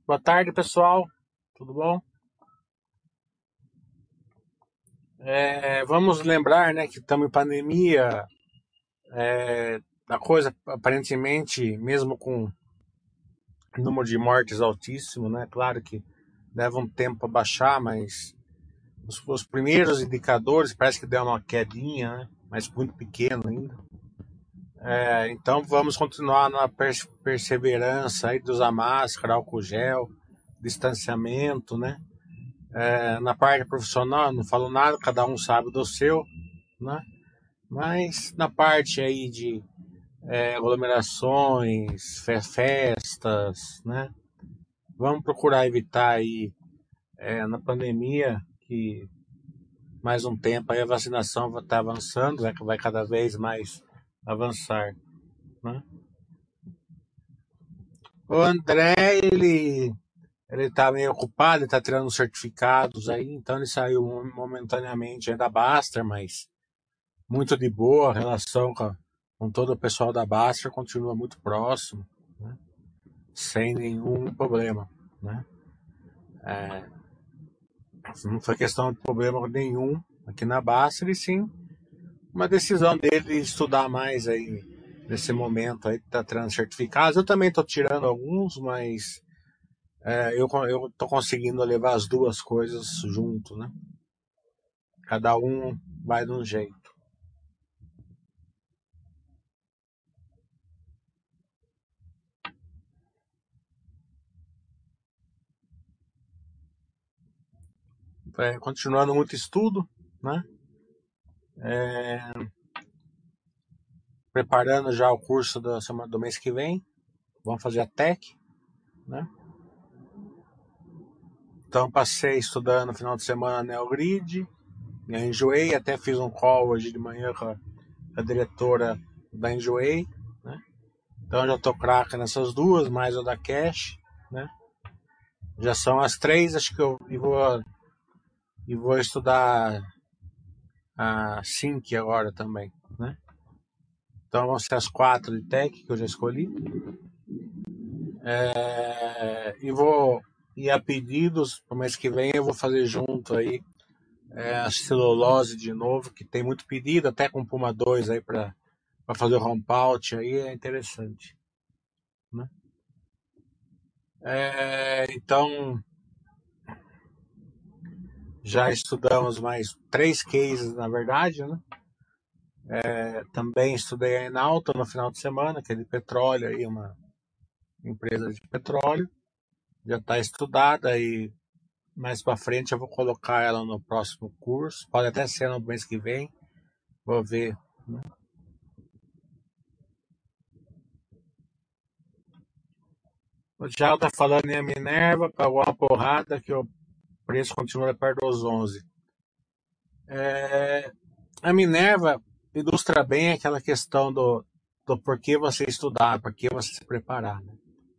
Boa tarde, pessoal. Tudo bom? Vamos lembrar, né, que estamos em pandemia. A coisa aparentemente, mesmo com número de mortes altíssimo, né? Claro que leva um tempo para baixar, mas os primeiros indicadores parece que deu uma quedinha, né? Mas muito pequeno ainda. Então vamos continuar na perseverança aí de usar máscara, álcool gel, distanciamento, né? Na parte profissional, não falo nada, cada um sabe do seu, né? Mas na parte aí de aglomerações, festas, né? Vamos procurar evitar aí na pandemia, que mais um tempo aí a vacinação vai estar avançando, né? Que vai cada vez mais avançar, né? O André, ele tá meio ocupado, ele tá tirando os certificados aí, então ele saiu momentaneamente aí da Baster, mas muito de boa, a relação com todo o pessoal da Baster continua muito próximo, né? Sem nenhum problema, né? Não foi questão de problema nenhum aqui na Baster, e sim uma decisão dele de estudar mais aí nesse momento aí, tá tirando certificados. Eu também estou tirando alguns, mas eu estou conseguindo levar as duas coisas junto, né? Cada um vai de um jeito. Continuando muito estudo, né? Preparando já o curso da semana do mês que vem. Vamos fazer a TEC, né? Então passei estudando no final de semana NeoGrid, me enjoei, até fiz um call hoje de manhã com a diretora da Enjoei, né? Então já tô craque nessas duas, mais a da Cash, né? Já são as três, acho que vou estudar a Sync agora também, né? Então vão ser as quatro de Tech que eu já escolhi. E a pedidos, pro mês que vem eu vou fazer junto aí a celulose de novo, que tem muito pedido, até com Puma 2 aí para fazer o ramp out aí, é interessante, né? Então, já estudamos mais três cases, na verdade, né? Também estudei a Enalta no final de semana, que é de petróleo, aí, uma empresa de petróleo. Já está estudada e mais para frente eu vou colocar ela no próximo curso. Pode até ser no mês que vem, vou ver, né? O Thiago está falando em a Minerva, pagou uma porrada que o preço continua perto dos 11. A Minerva ilustra bem aquela questão do porquê você estudar, porquê você se preparar, né?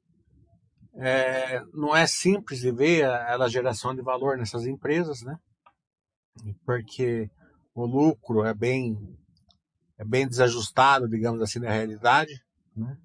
Não é simples de ver a geração de valor nessas empresas, né? Porque o lucro é bem desajustado, digamos assim, da realidade, né?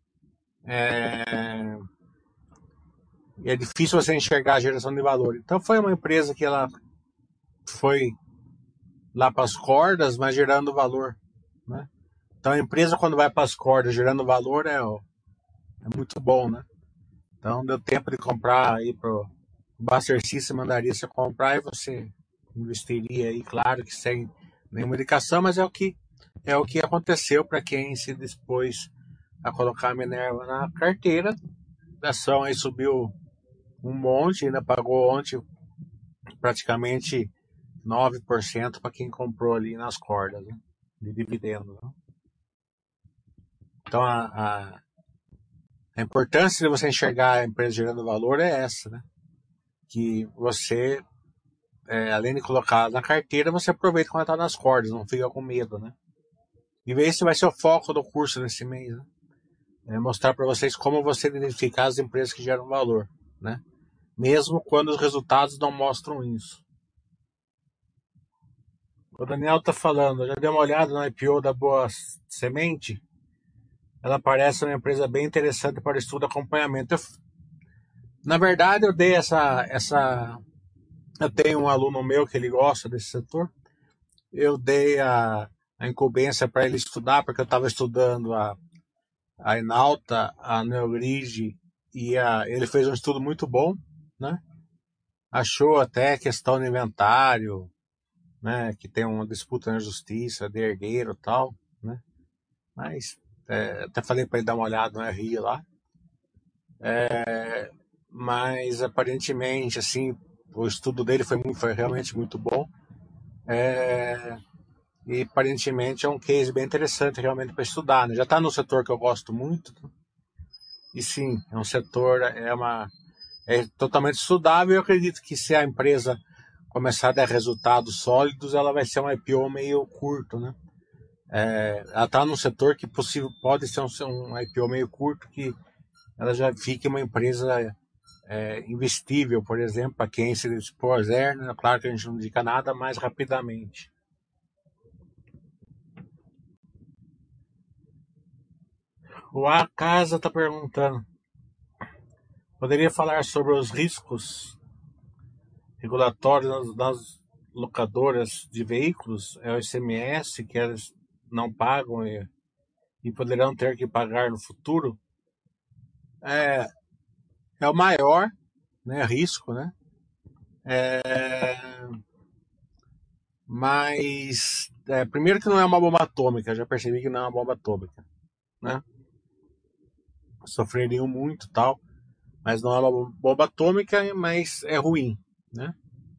E é difícil você enxergar a geração de valor. Então foi uma empresa que ela foi lá para as cordas, mas gerando valor, né? Então a empresa quando vai para as cordas gerando valor é muito bom, né? Então deu tempo de comprar aí pro Buster System, mandaria você comprar e você investiria aí, claro que sem nenhuma indicação, mas é o que aconteceu para quem se dispôs a colocar a Minerva na carteira. A ação aí subiu um monte, ainda pagou ontem praticamente 9% para quem comprou ali nas cordas, né, de dividendo, né? Então a importância de você enxergar a empresa gerando valor é essa, né? Que você, além de colocar na carteira, você aproveita quando está nas cordas, não fica com medo, né? E esse vai ser o foco do curso nesse mês, né? É mostrar para vocês como você identificar as empresas que geram valor, né? Mesmo quando os resultados não mostram isso. O Daniel está falando, já deu uma olhada no IPO da Boa Semente? Ela parece uma empresa bem interessante para estudo e acompanhamento. Na verdade, eu dei eu tenho um aluno meu que ele gosta desse setor. Eu dei a incumbência para ele estudar, porque eu estava estudando a Enalta, a Neogrid, ele fez um estudo muito bom, né? Achou até questão de inventário, né? Que tem uma disputa na justiça, de herdeiro e tal, né? Mas até falei para ele dar uma olhada no RI lá. Mas aparentemente, assim, o estudo dele foi realmente muito bom. E aparentemente é um case bem interessante realmente para estudar, né? Já está no setor que eu gosto muito. E sim, é um setor, é totalmente estudável. Eu acredito que se a empresa começar a dar resultados sólidos, ela vai ser um IPO meio curto, né? Ela está num setor que pode ser um IPO meio curto, que ela já fique uma empresa investível, por exemplo, para quem se expuser, né? Claro que a gente não indica nada mais rapidamente. O A Casa está perguntando: poderia falar sobre os riscos regulatórios nas locadoras de veículos? É o ICMS que elas não pagam e poderão ter que pagar no futuro? É, é o maior, né, risco, né? Mas primeiro que não é uma bomba atômica, já percebi que não é uma bomba atômica, né? Sofreriam muito tal, mas não é uma bomba atômica, mas é ruim, né?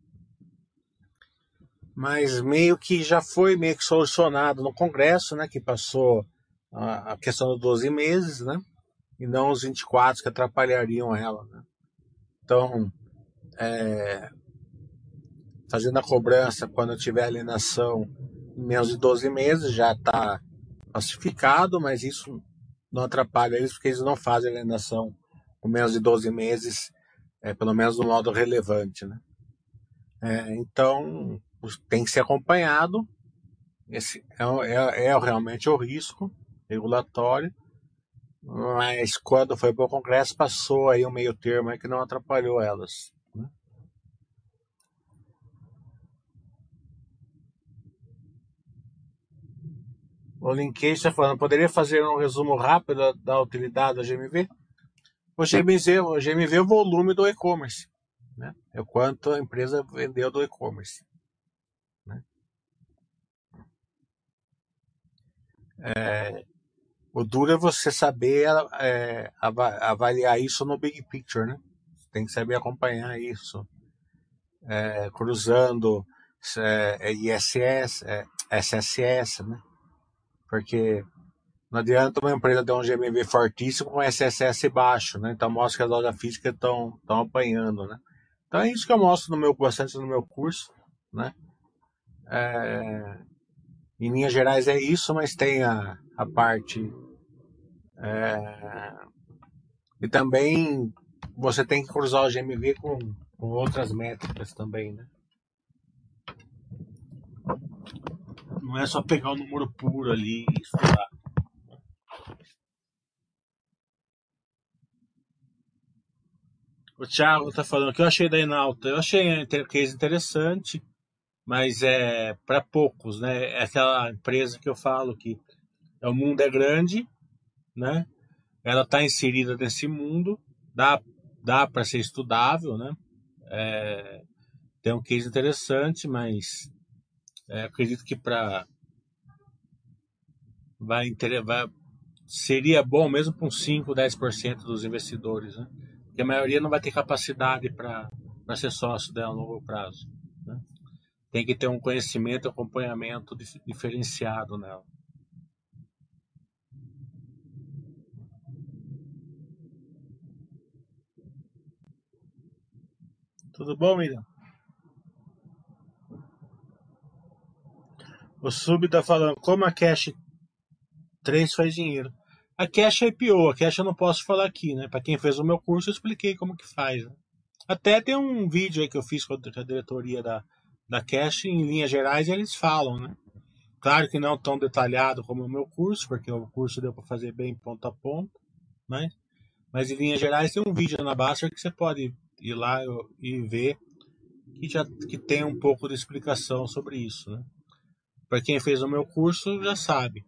Mas meio que já foi meio que solucionado no Congresso, né? Que passou a questão dos 12 meses, né? E não os 24 que atrapalhariam ela, né? Então, fazendo a cobrança quando tiver alienação em menos de 12 meses, já está pacificado, mas isso não atrapalha eles, porque eles não fazem alienação com menos de 12 meses, pelo menos no modo relevante, né? Então, tem que ser acompanhado. Esse realmente o risco regulatório, mas quando foi para o Congresso passou aí um meio termo aí que não atrapalhou elas, né? O Linkage está falando: poderia fazer um resumo rápido da utilidade da GMV? O GMV é o volume do e-commerce, né? É o quanto a empresa vendeu do e-commerce, né? O duro é você saber avaliar isso no big picture, né? Você tem que saber acompanhar isso, cruzando ISS, SSS, né? Porque não adianta uma empresa ter um GMV fortíssimo com SSS baixo, né? Então mostra que as lojas físicas estão apanhando, né? Então é isso que eu mostro bastante no meu curso, né? Em linhas gerais é isso, mas tem a parte. E também você tem que cruzar o GMV com outras métricas também, né? Não é só pegar o número puro ali e estudar. O Thiago tá falando que eu achei da Enalta. Eu achei a case interessante, mas é para poucos, né? É aquela empresa que eu falo que o mundo é grande, né? Ela está inserida nesse mundo, dá para ser estudável, né? Tem um case interessante, mas acredito que vai seria bom mesmo com 5, 10% dos investidores, né? Porque a maioria não vai ter capacidade para ser sócio dela no longo prazo, né? Tem que ter um conhecimento e acompanhamento diferenciado nela. Tudo bom, Miriam? O Sub está falando como a Cash 3 faz dinheiro. A Cash é IPO, a Cash eu não posso falar aqui, né? Para quem fez o meu curso, eu expliquei como que faz, né? Até tem um vídeo aí que eu fiz com a diretoria da Cash, em linhas gerais, e eles falam, né? Claro que não tão detalhado como o meu curso, porque o curso deu para fazer bem ponto a ponto, né? Mas em linhas gerais tem um vídeo na Baster que você pode ir lá e ver que tem um pouco de explicação sobre isso, né? Para quem fez o meu curso já sabe.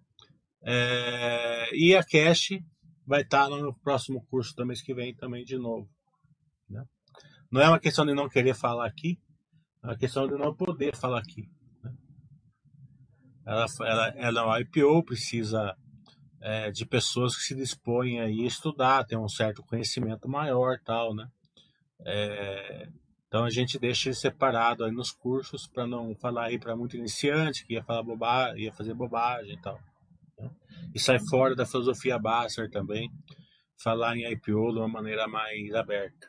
E a Cash vai estar no meu próximo curso do mês que vem também de novo, né? Não é uma questão de não querer falar aqui, é uma questão de não poder falar aqui, né? Ela é uma IPO, precisa de pessoas que se dispõem a ir estudar, ter um certo conhecimento maior, tal, né? Então a gente deixa ele separado aí nos cursos para não falar aí para muito iniciante que ia falar bobagem, ia fazer bobagem e tal, né? E sai fora da filosofia Basser também, falar em IPO de uma maneira mais aberta.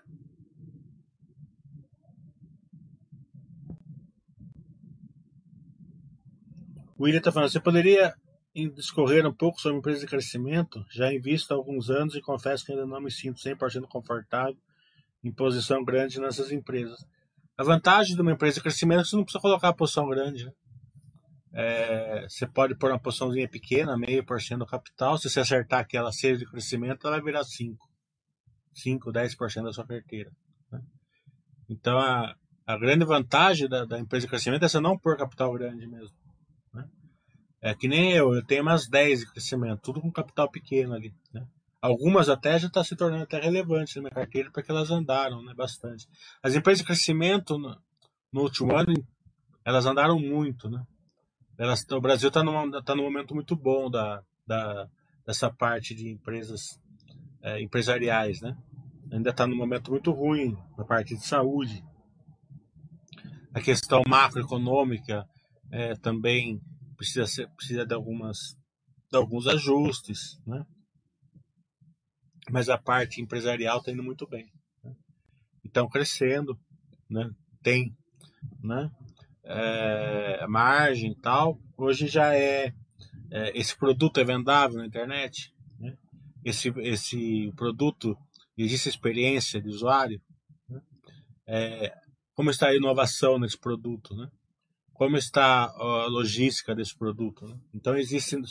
O William está falando, você poderia discorrer um pouco sobre empresa de crescimento? Já invisto há alguns anos e confesso que ainda não me sinto 100% confortável em posição grande nessas empresas. A vantagem de uma empresa de crescimento é que você não precisa colocar a posição grande, né? Você pode pôr uma posiçãozinha pequena, 0,5% do capital. Se você acertar que ela seja de crescimento, ela vai virar 5, 10% da sua carteira, né? Então, a grande vantagem da empresa de crescimento é você não pôr capital grande mesmo, né? É que nem eu tenho umas 10 de crescimento, tudo com capital pequeno ali, né? Algumas até já estão se tornando até relevantes na minha carteira porque elas andaram, né, bastante. As empresas de crescimento no último ano, elas andaram muito, né? O Brasil está num momento muito bom dessa parte de empresas empresariais, né? Ainda está num momento muito ruim na parte de saúde. A questão macroeconômica também precisa de alguns ajustes, né? Mas a parte empresarial está indo muito bem, né? Então crescendo, né? Tem, né? Margem e tal. Hoje já esse produto é vendável na internet, né? Esse produto, existe experiência de usuário, né? Como está a inovação nesse produto, né? Como está a logística desse produto, né? Então existem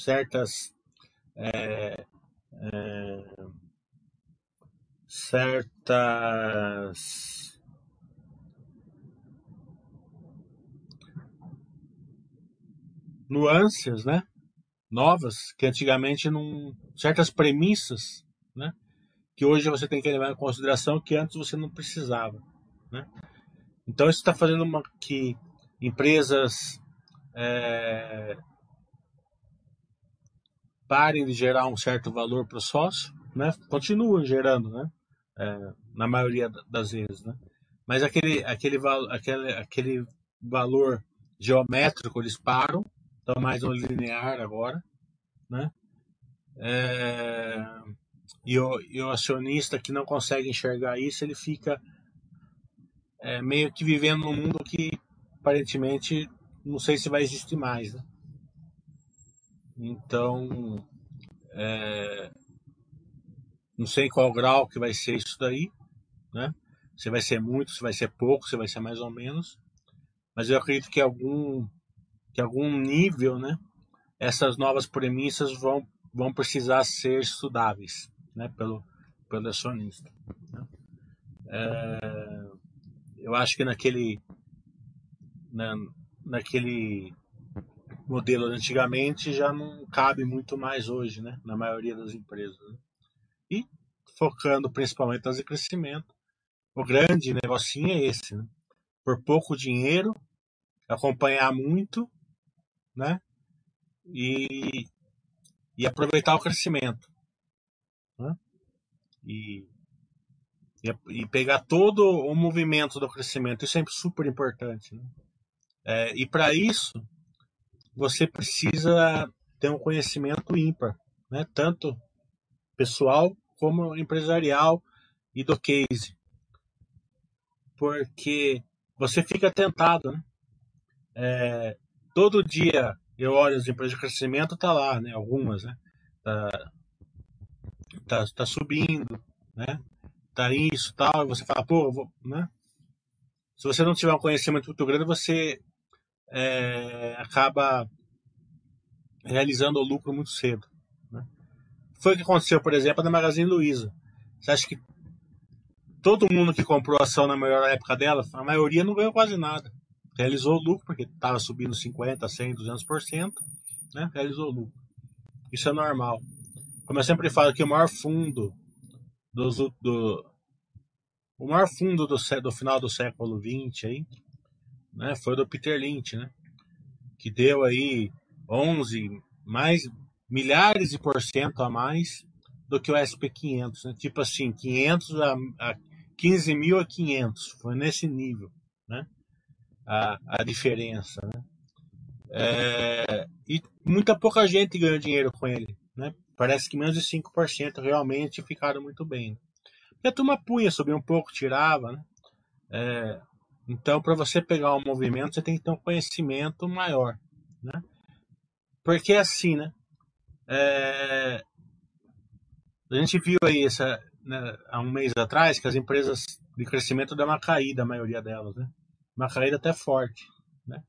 certas nuances, né? Novas que antigamente não, certas premissas, né? Que hoje você tem que levar em consideração que antes você não precisava, né? Então isso está fazendo que empresas parem de gerar um certo valor para o sócio, né? Continuam gerando, né? Na maioria das vezes, né? Mas aquele valor geométrico eles param, estão mais no linear agora, né? E o acionista que não consegue enxergar isso, ele fica meio que vivendo num mundo que aparentemente não sei se vai existir mais, né? Então, não sei qual grau que vai ser isso daí, né? Se vai ser muito, se vai ser pouco, se vai ser mais ou menos. Mas eu acredito que algum nível, né? Essas novas premissas vão precisar ser estudáveis, né? Pelo acionista, né? Eu acho que naquele modelo antigamente já não cabe muito mais hoje, né? Na maioria das empresas, né? E focando principalmente nas de crescimento, o grande negocinho é esse, né? Por pouco dinheiro, acompanhar muito, né? E, e aproveitar o crescimento, né? E, e pegar todo o movimento do crescimento. Isso é super importante, né? E para isso, você precisa ter um conhecimento ímpar, né? Tanto pessoal como empresarial e do case. Porque você fica tentado, né? Todo dia eu olho as empresas de crescimento, tá lá, né? Algumas, né? Tá subindo, né? Tá isso, tal, e você fala, pô, né? Se você não tiver um conhecimento muito grande, você acaba realizando o lucro muito cedo, né? Foi o que aconteceu, por exemplo, na Magazine Luiza. Você acha que todo mundo que comprou ação na melhor época dela, a maioria não ganhou quase nada. Realizou o lucro, porque estava subindo 50%, 100%, 200%, né? Realizou o lucro. Isso é normal. Como eu sempre falo que o maior fundo o maior fundo do final do século XX aí, né, foi do Peter Lynch, né? Que deu aí 11, mais milhares de por cento a mais do que o SP500, né? Tipo assim, 500 a 15.500, foi nesse nível, né? A diferença, né? E muita pouca gente ganhou dinheiro com ele, né? Parece que menos de 5% realmente ficaram muito bem. E a turma punha, subia um pouco, tirava, né? Então, para você pegar um movimento, você tem que ter um conhecimento maior, né? Porque é assim, né? A gente viu aí né, há um mês atrás que as empresas de crescimento dão uma caída, a maioria delas, né? Uma caída até forte, né?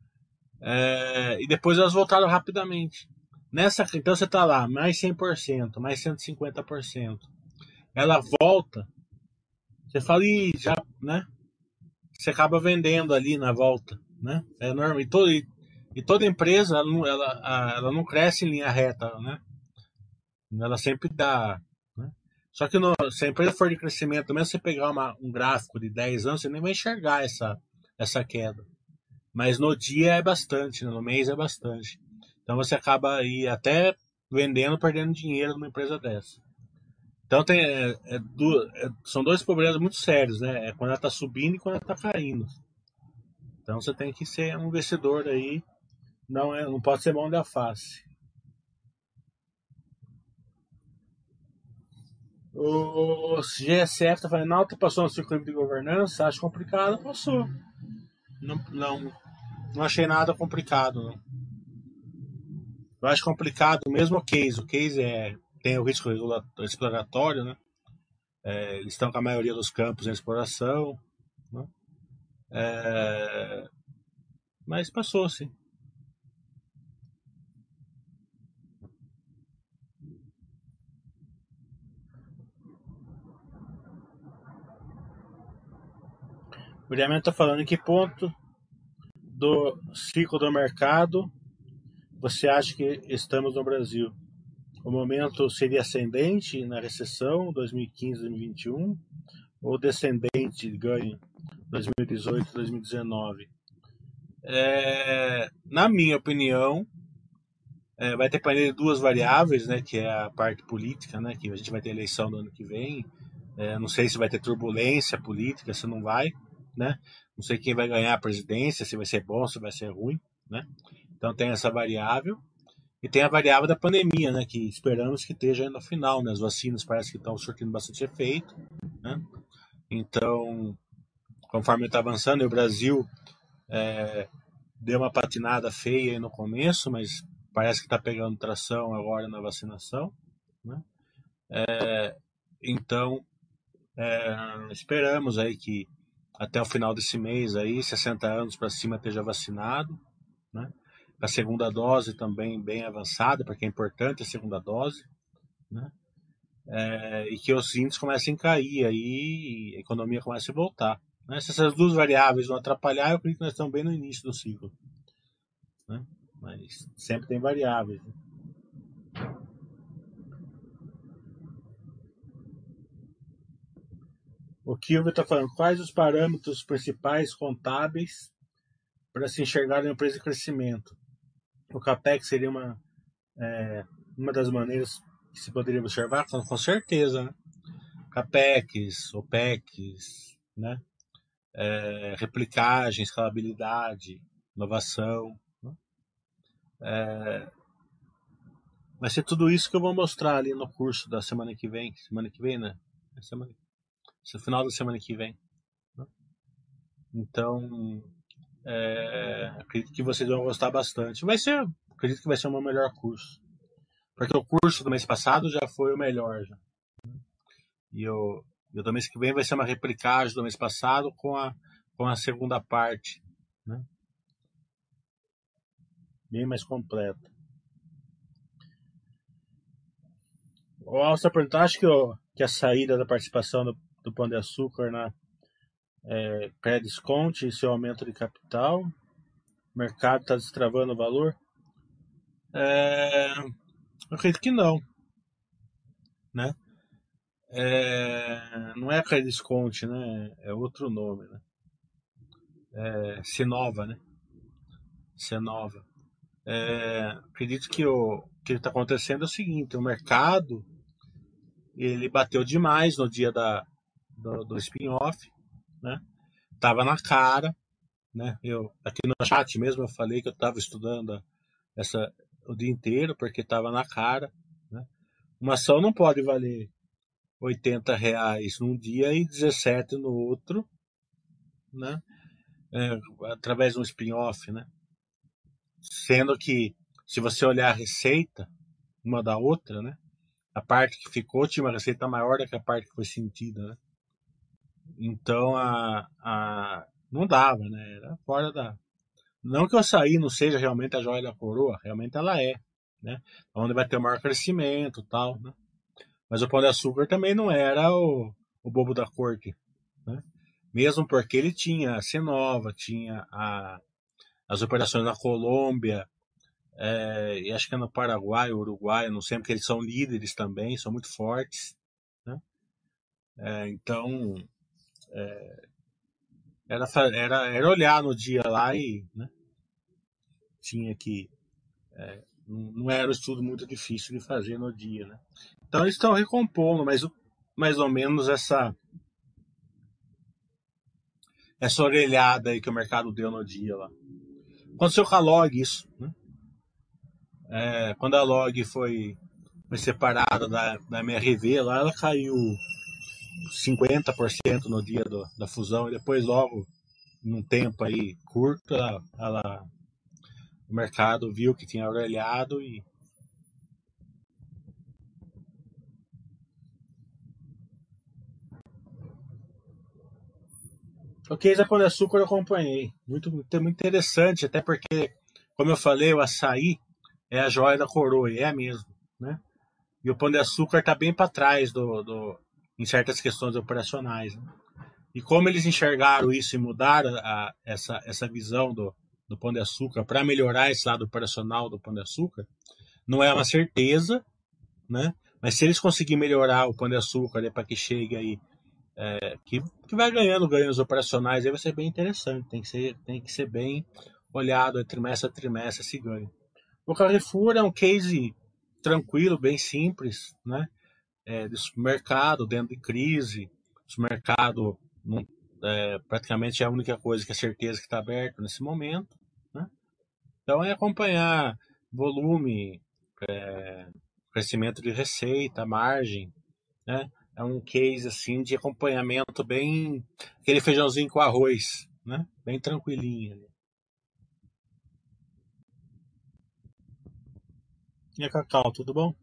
E depois elas voltaram rapidamente. Então você está lá, mais 100%, mais 150%. Ela volta, você fala, e já, né? Você acaba vendendo ali na volta, né? É normal. E toda empresa, ela não cresce em linha reta, né? Ela sempre dá, né? Só que se a empresa for de crescimento, mesmo você pegar um gráfico de 10 anos, você nem vai enxergar essa queda. Mas no dia é bastante, né? No mês é bastante. Então você acaba aí até vendendo, perdendo dinheiro numa empresa dessa. Então são dois problemas muito sérios, né? É quando ela está subindo e quando ela está caindo. Então você tem que ser um investidor aí, não pode ser mão da face. O GSF está falando, Nauta passou no circuito de governança, acho complicado, passou. Não achei nada complicado, não. Eu acho complicado mesmo o case. O case tem o risco exploratório, né? Eles estão com a maioria dos campos em exploração, né? Mas passou, sim. O William está falando em que ponto do ciclo do mercado você acha que estamos no Brasil? O momento seria ascendente na recessão 2015-2021 ou descendente ganho 2018-2019? Na minha opinião, vai depender de duas variáveis, né, que é a parte política, né, que a gente vai ter eleição no ano que vem. Não sei se vai ter turbulência política, se não vai, né? Não sei quem vai ganhar a presidência, se vai ser bom, se vai ser ruim, né? Então tem essa variável. E tem a variável da pandemia, né, que esperamos que esteja no final, né? As vacinas parece que estão surtindo bastante efeito, né? Então, conforme está avançando, e o Brasil deu uma patinada feia aí no começo, mas parece que está pegando tração agora na vacinação, né? Então, esperamos aí que até o final desse mês aí, 60 anos para cima esteja vacinado, né? A segunda dose também bem avançada, porque é importante a segunda dose, né? E que os índices comecem a cair aí e a economia comece a voltar, né? Se essas duas variáveis não atrapalhar, eu acredito que nós estamos bem no início do ciclo, né? Mas sempre tem variáveis, né? O Kilvio está falando, quais os parâmetros principais contábeis para se enxergar uma empresa de crescimento? O CAPEX seria uma das maneiras que se poderia observar? Com certeza, né? CAPEX, OPEX, né? Replicagem, escalabilidade, inovação, né? Vai ser tudo isso que eu vou mostrar ali no curso da semana que vem. Semana que vem, né? No final da semana que vem, né? Então, acredito que vocês vão gostar bastante. Acredito que vai ser o meu melhor curso. Porque o curso do mês passado já foi o melhor. Já. E o do mês que vem vai ser uma replicagem do mês passado com a segunda parte, né? Bem mais completa. O Alça perguntou, acho que que a saída da participação do Pão de Açúcar na Credit Conte e seu aumento de capital. O mercado está destravando o valor? Eu acredito que não, né? Não é Credit Conte, né? É outro nome, né? Sinova, né? Senova. Acredito que o que está acontecendo é o seguinte: o mercado ele bateu demais no dia do spin-off, né? Tava na cara, né? Eu aqui no chat mesmo eu falei que eu estava estudando o dia inteiro porque estava na cara, né? Uma ação não pode valer R$ 80 num dia e 17 no outro, né? Através de um spin-off, né? Sendo que se você olhar a receita uma da outra, né? A parte que ficou tinha uma receita maior do que a parte que foi sentida, né? Então não dava, né? Era fora da. Não que o açaí não seja realmente a joia da coroa, realmente ela é, né? Onde vai ter o maior crescimento e tal, né? Mas o Pão de Açúcar também não era o bobo da corte, né? Mesmo porque ele tinha a Cenova, tinha as operações na Colômbia, e acho que é no Paraguai, Uruguai, não sei, porque eles são líderes também, são muito fortes, né? Então, era olhar no dia lá e, né, tinha que. Não era um estudo muito difícil de fazer no dia, né? Então eles estão recompondo, mas mais ou menos essa orelhada aí que o mercado deu no dia lá. Aconteceu com a Log isso, né? Quando a Log foi separada da MRV lá, ela caiu 50% no dia da fusão e depois logo, num tempo aí curto, o mercado viu que tinha orelhado e o case da Pão de Açúcar eu acompanhei. Muito, muito, muito interessante, até porque, como eu falei, o açaí é a joia da coroa, e é mesmo, né? E o Pão de Açúcar está bem para trás em certas questões operacionais, né? E como eles enxergaram isso e mudaram essa visão do Pão de Açúcar para melhorar esse lado operacional do Pão de Açúcar, não é uma certeza, né? Mas se eles conseguirem melhorar o Pão de Açúcar para que chegue aí, que vai ganhando ganhos operacionais, aí vai ser bem interessante. Tem que ser bem olhado trimestre a trimestre esse ganho. O Carrefour é um case tranquilo, bem simples, né? De supermercado dentro de crise, supermercado praticamente é a única coisa que é certeza que está aberto nesse momento, né? Então é acompanhar volume, crescimento de receita, margem, né? É um case assim de acompanhamento bem aquele feijãozinho com arroz, né? Bem tranquilinho. E a Cacau, tudo bom?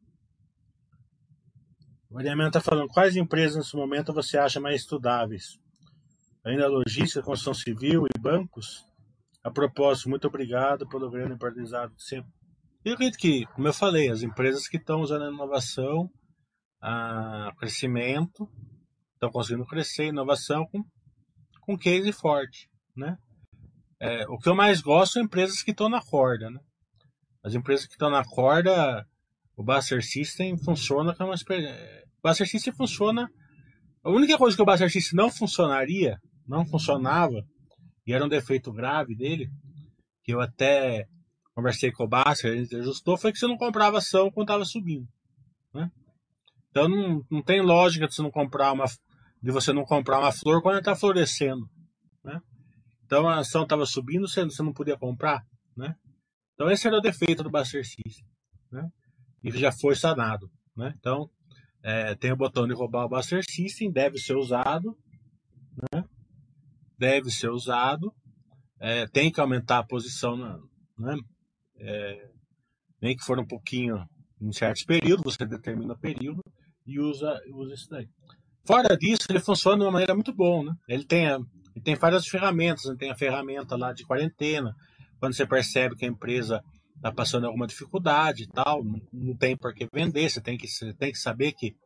O Ariamento está falando, quais empresas nesse momento você acha mais estudáveis? Ainda logística, construção civil e bancos? A propósito, muito obrigado pelo grande aprendizado de sempre. Eu acredito que, como eu falei, as empresas que estão usando a inovação, crescimento, estão conseguindo crescer, inovação com case forte, né? O que eu mais gosto são empresas que estão na corda, né? As empresas que estão na corda, o Buster System funciona como o Buster System funciona. A única coisa que o Buster System não funcionava, e era um defeito grave dele, que eu até conversei com o Buster, a gente ajustou, foi que você não comprava ação quando estava subindo, né? Então não tem lógica de você não comprar uma flor quando ela está florescendo, né? Então a ação estava subindo, você não podia comprar, né? Então esse era o defeito do Buster System, né? E já foi sanado, né? Então tem o botão de roubar o Buster System, deve ser usado, né? Deve ser usado, tem que aumentar a posição, né? Nem que for um pouquinho em certos períodos, você determina o período e usa isso daí. Fora disso, ele funciona de uma maneira muito boa, né? Ele tem várias ferramentas, ele tem a ferramenta lá de quarentena, quando você percebe que a empresa está passando alguma dificuldade e tal, não tem por que vender, você tem que saber que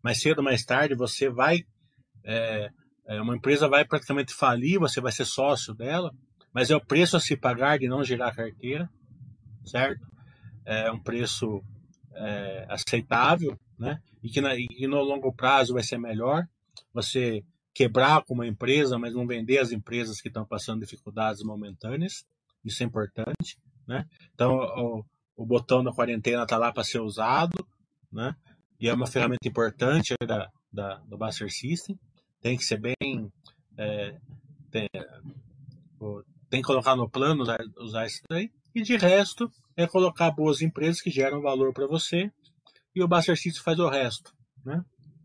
mais cedo ou mais tarde você vai, uma empresa vai praticamente falir, você vai ser sócio dela, mas é o preço a se pagar de não gerar carteira, certo? É um preço aceitável, né? E no longo prazo vai ser melhor você quebrar como empresa, mas não vender as empresas que estão passando dificuldades momentâneas. Isso é importante, né? Então, o botão da quarentena está lá para ser usado, né? E é uma ferramenta importante do Buster System. Tem que ser bem... tem, tem que colocar no plano, usar isso daí. E de resto, é colocar boas empresas que geram valor para você e o Buster System faz o resto, né?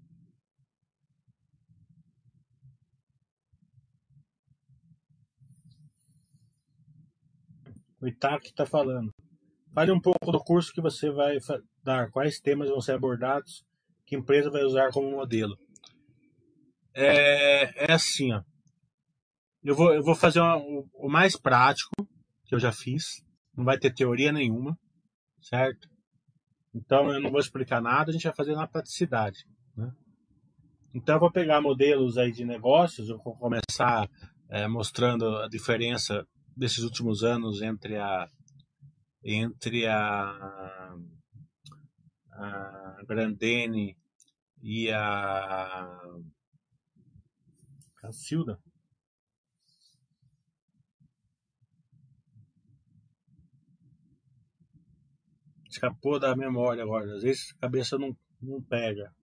O Itaque está falando. Fale um pouco do curso que você vai dar, quais temas vão ser abordados, que empresa vai usar como modelo. É assim, ó. Eu vou fazer o mais prático que eu já fiz. Não vai ter teoria nenhuma, certo? Então eu não vou explicar nada, a gente vai fazer na praticidade, né? Então eu vou pegar modelos aí de negócios, eu vou começar mostrando a diferença desses últimos anos entre a Grandene e a Silda. Escapou da memória agora. Às vezes a cabeça não pega.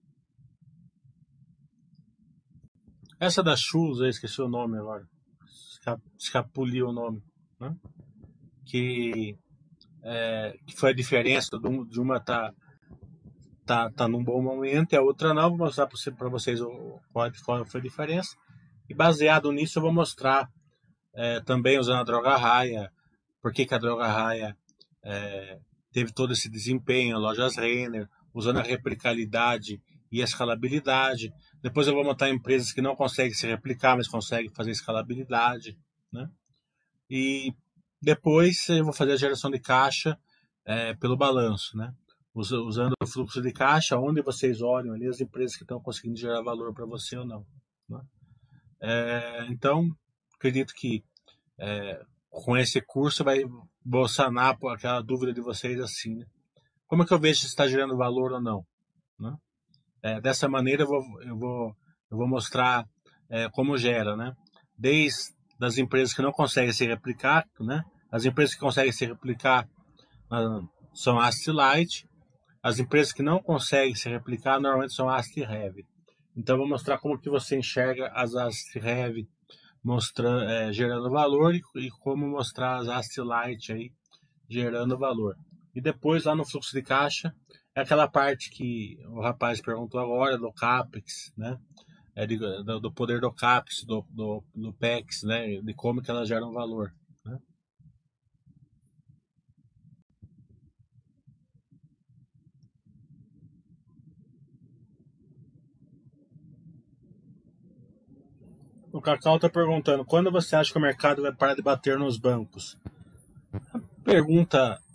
Essa da Chus, eu esqueci o nome agora. Escapuliu o nome. Né? Que foi a diferença de uma tá num bom momento e a outra não. Vou mostrar para vocês qual foi a diferença. E baseado nisso eu vou mostrar também usando a droga raia, por que a droga raia teve todo esse desempenho, lojas Renner, usando a replicabilidade e a escalabilidade. Depois eu vou montar empresas que não conseguem se replicar, mas conseguem fazer escalabilidade, né? E depois eu vou fazer a geração de caixa pelo balanço, né? Usando o fluxo de caixa, onde vocês olham ali as empresas que estão conseguindo gerar valor para você ou não, né? Então, acredito que com esse curso vou sanar aquela dúvida de vocês assim, né? Como é que eu vejo se está gerando valor ou não, né? Dessa maneira eu vou mostrar como gera, né? Desde das empresas que não conseguem se replicar, né? As empresas que conseguem se replicar são asset light, as empresas que não conseguem se replicar normalmente são asset heavy. Então eu vou mostrar como que você enxerga as asset heavy gerando valor e como mostrar as asset light aí gerando valor. E depois lá no fluxo de caixa é aquela parte que o rapaz perguntou agora do CAPEX, né? Do poder do CAPEX, do PEX, né? De como que elas geram valor, né? O Cacau está perguntando, quando você acha que o mercado vai parar de bater nos bancos? Pergunta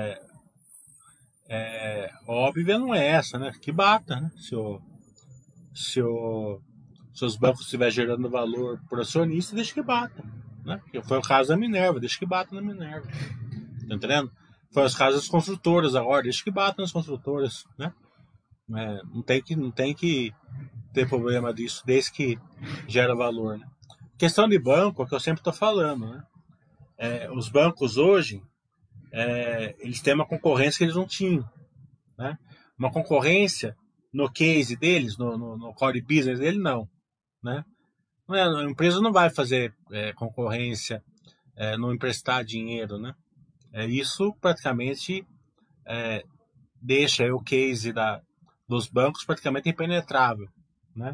óbvia não é essa, né? Que bata, né? Se os bancos estiver gerando valor por acionista, deixa que bata, né? Que foi o caso da Minerva, deixa que bata na Minerva, tá entendendo? Foi os casos das construtoras agora, deixa que bata nas construtoras, né? Não tem que ter problema disso, desde que gera valor, né? Questão de banco, é o que eu sempre estou falando, né? Os bancos hoje, eles têm uma concorrência que eles não tinham, né? Uma concorrência no case deles, no core business dele, não, né? A empresa não vai fazer concorrência, não emprestar dinheiro, né? Isso praticamente deixa o case dos bancos praticamente impenetrável, né?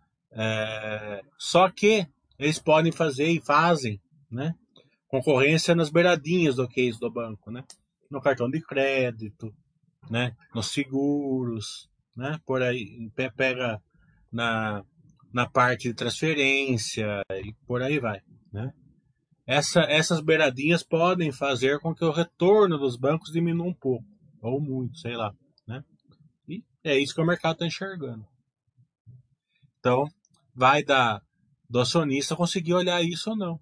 Só que eles podem fazer e fazem, né? Concorrência nas beiradinhas do case do banco, né? No cartão de crédito, né? Nos seguros, né? Por aí pega na parte de transferência e por aí vai, né? Essas beiradinhas podem fazer com que o retorno dos bancos diminua um pouco, ou muito, sei lá, né? E é isso que o mercado está enxergando. Então, vai do acionista conseguir olhar isso ou não.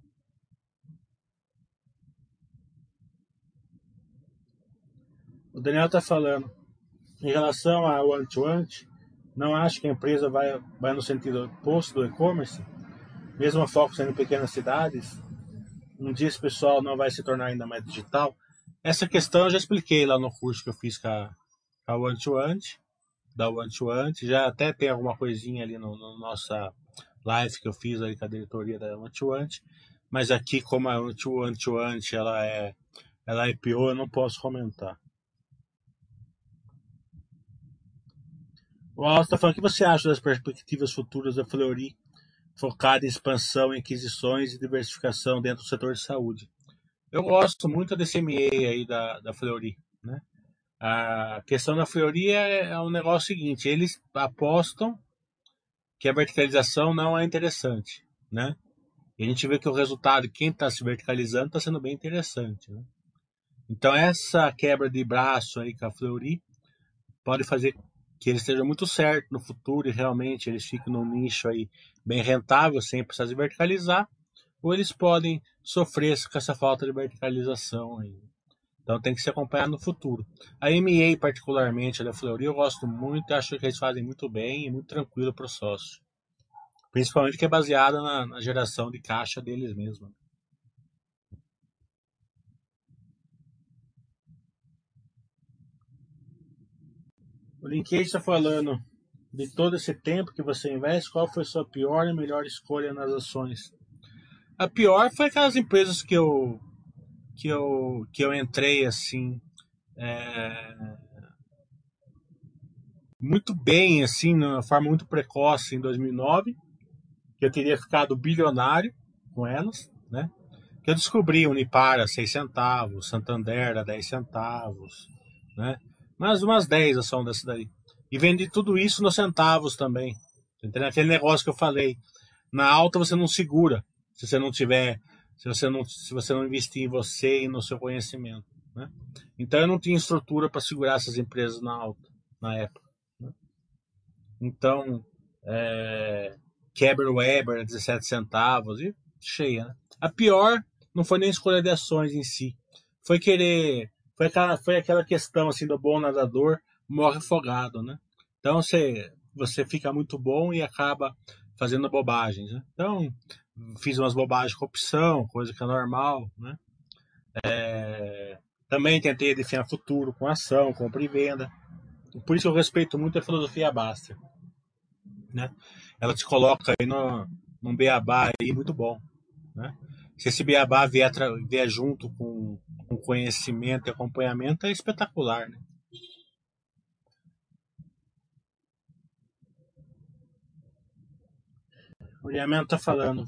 O Daniel está falando, em relação ao one-to-one, não acho que a empresa vai no sentido oposto do e-commerce, mesmo a foco sendo em pequenas cidades, um dia esse pessoal não vai se tornar ainda mais digital. Essa questão eu já expliquei lá no curso que eu fiz com a one-to-one, da one-to-one, já até tem alguma coisinha ali no nossa live que eu fiz aí com a diretoria da one-to-one, mas aqui como a one-to-one ela é IPO, eu não posso comentar. O Alto está falando, o que você acha das perspectivas futuras da Fleury focada em expansão, em aquisições e diversificação dentro do setor de saúde? Eu gosto muito desse M&A aí da Fleury, né? A questão da Fleury é um negócio seguinte, eles apostam que a verticalização não é interessante, né? E a gente vê que o resultado, quem está se verticalizando, está sendo bem interessante, né? Então essa quebra de braço aí com a Fleury pode fazer que ele esteja muito certo no futuro e realmente eles fiquem num nicho aí bem rentável sem precisar se verticalizar, ou eles podem sofrer com essa falta de verticalização aí. Então tem que se acompanhar no futuro. A MA, particularmente, da Fleury, eu gosto muito, acho que eles fazem muito bem e muito tranquilo para o sócio. Principalmente que é baseada na geração de caixa deles mesmos. O Linkage está falando de todo esse tempo que você investe, qual foi a sua pior e melhor escolha nas ações? A pior foi aquelas empresas que eu entrei assim muito bem, assim, de uma forma muito precoce em 2009, que eu teria ficado bilionário com elas, né? Que eu descobri Unipar a 6 centavos, Santander a 10 centavos, né? Mas umas 10 ação dessa daí. E vendi tudo isso nos centavos também. Entendeu? Aquele negócio que eu falei. Na alta você não segura, se você não tiver, se você não investir em você e no seu conhecimento, né? Então eu não tinha estrutura para segurar essas empresas na alta, na época, né? Então, é, Kepler Weber, 17 centavos, e cheia, né? A pior não foi nem a escolha de ações em si, foi querer, foi aquela questão assim do bom nadador morre afogado, né? Então você fica muito bom e acaba fazendo bobagens, né? Então, fiz umas bobagens com opção, coisa que é normal, né? Também tentei definir futuro com ação, compra e venda. Por isso eu respeito muito a filosofia Baster, né? Ela te coloca aí num beabá aí muito bom, né? Se esse beabá vier junto com conhecimento e acompanhamento, é espetacular, né? O Liamento está falando.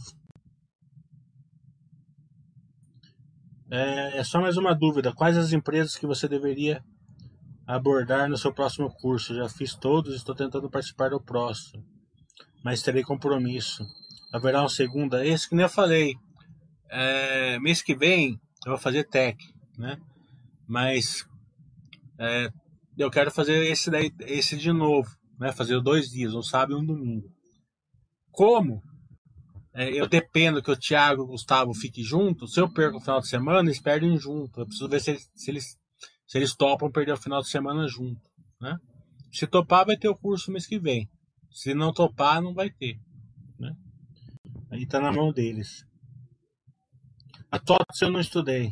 É só mais uma dúvida. Quais as empresas que você deveria abordar no seu próximo curso? Já fiz todos, estou tentando participar do próximo, mas terei compromisso. Haverá um segundo? Esse que nem eu falei. Mês que vem eu vou fazer tech, né? Mas eu quero fazer esse de novo, né? Fazer 2 dias, um sábado e um domingo. Como eu dependo que o Thiago e o Gustavo fiquem juntos, se eu perco o final de semana, eles perdem junto. Eu preciso ver se eles topam perder o final de semana junto, né? Se topar, vai ter o curso mês que vem. Se não topar, não vai ter, né? Aí tá na mão deles. A TOTS eu não estudei.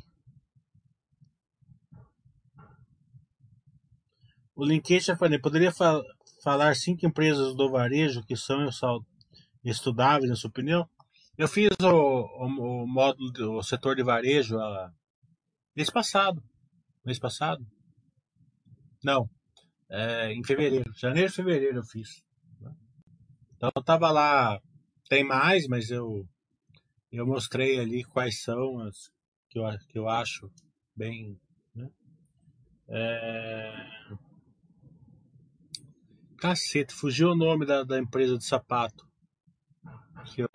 O Linkage já falei, poderia falar 5 empresas do varejo que são estudáveis, na sua opinião? Eu fiz o módulo do setor de varejo mês passado. Mês passado? Não, em fevereiro. Janeiro e fevereiro eu fiz. Então eu tava lá. Tem mais, mas eu mostrei ali quais são as que eu acho bem. Né? Cacete, fugiu o nome da empresa de sapato que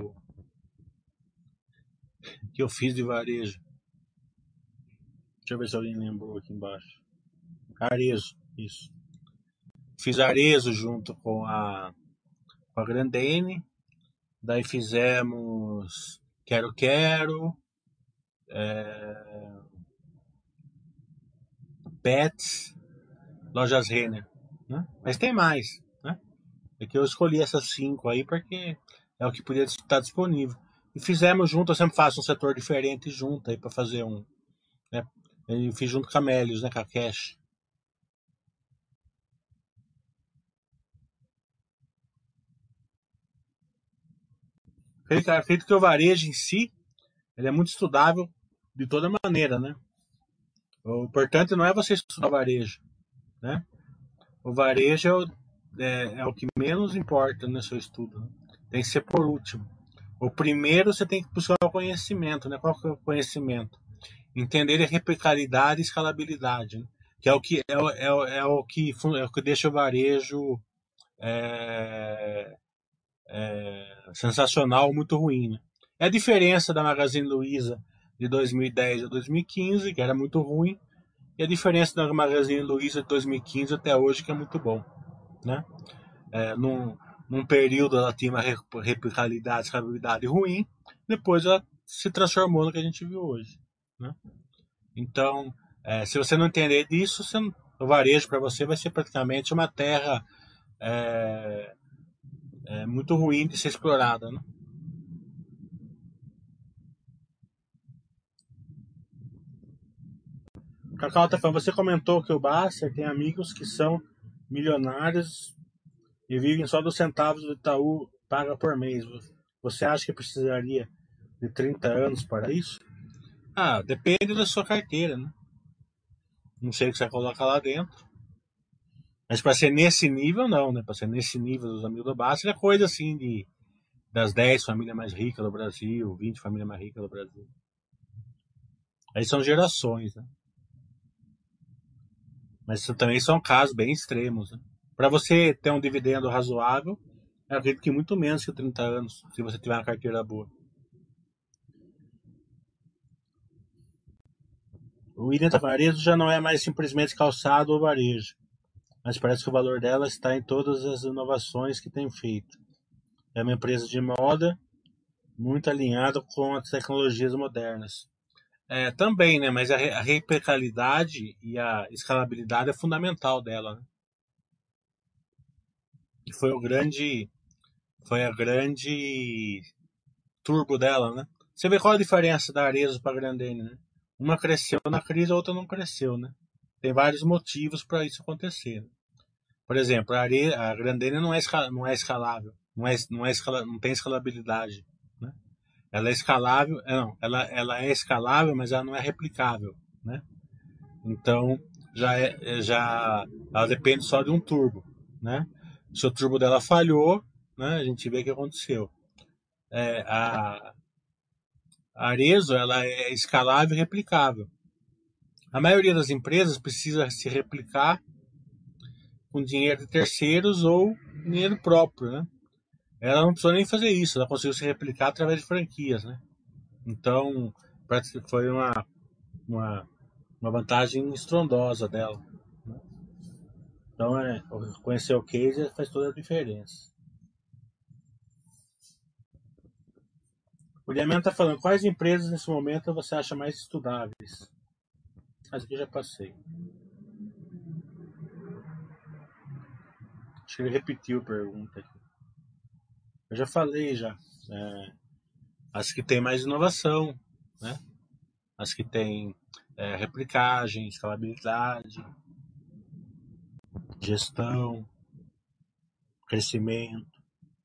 eu fiz de varejo. Deixa eu ver se alguém lembrou aqui embaixo. Arezo, isso. Fiz Arezo junto com com a Grandene, daí fizemos Quero Quero, Pets, Lojas Renner, né? Mas tem mais, né? É que eu escolhi essas 5 aí porque é o que podia estar disponível. E fizemos junto, eu sempre faço um setor diferente junto aí para fazer um, né? Eu fiz junto com a Melios, né, com a Cash. Acredito que o varejo em si, ele é muito estudável de toda maneira, né? O importante não é você estudar o varejo, né? O varejo é o que menos importa no seu estudo, né? Tem que ser por último. O primeiro você tem que buscar o conhecimento, né? Qual que é o conhecimento? Entender a replicabilidade e escalabilidade, né? Que é o que é o que deixa o varejo é, sensacional, muito ruim, né? É a diferença da Magazine Luiza de 2010 a 2015, que era muito ruim, e a diferença da Magazine Luiza de 2015 até hoje, que é muito bom, né? Num período ela tinha uma replicabilidade, escalabilidade ruim, depois ela se transformou no que a gente viu hoje, né? Então, se você não entender disso, o varejo para você vai ser praticamente uma terra muito ruim de ser explorada, né? Cacau tá falando, você comentou que o Basser tem amigos que são milionários e vivem só dos centavos do Itaú paga por mês. Você acha que precisaria de 30 anos para isso? Ah, depende da sua carteira, né? Não sei o que você coloca lá dentro. Mas para ser nesse nível, não, né? Para ser nesse nível dos amigos do Basser é coisa assim das 10 famílias mais ricas do Brasil, 20 famílias mais ricas do Brasil. Aí são gerações, né? Mas também são casos bem extremos, né? Para você ter um dividendo razoável, eu acredito que muito menos que 30 anos, se você tiver uma carteira boa. O William Tavares já não é mais simplesmente calçado ou varejo, mas parece que o valor dela está em todas as inovações que tem feito. É uma empresa de moda muito alinhada com as tecnologias modernas. Também, né? Mas a replicabilidade e a escalabilidade é fundamental dela, né? Que foi a grande turbo dela, né? Você vê qual a diferença da Arezzo para a Grandene, né? Uma cresceu na crise, a outra não cresceu, né? Tem vários motivos para isso acontecer, né? Por exemplo, a Grandene não é escalável, não tem escalabilidade, né? Ela é escalável, não, ela é escalável, mas ela não é replicável, né? Então já ela depende só de um turbo, né? Se o turbo dela falhou, né? A gente vê o que aconteceu. A Arezzo ela é escalável e replicável. A maioria das empresas precisa se replicar com dinheiro de terceiros ou dinheiro próprio, né? Ela não precisou nem fazer isso, ela conseguiu se replicar através de franquias, né? Então, foi uma, uma vantagem estrondosa dela, né? Então, conhecer o case faz toda a diferença. O Liamento está falando, quais empresas nesse momento você acha mais estudáveis? Mas aqui já passei. Acho que ele repetiu a pergunta aqui. Eu já falei já. As que têm mais inovação, né? As que têm replicagem, escalabilidade, gestão, crescimento.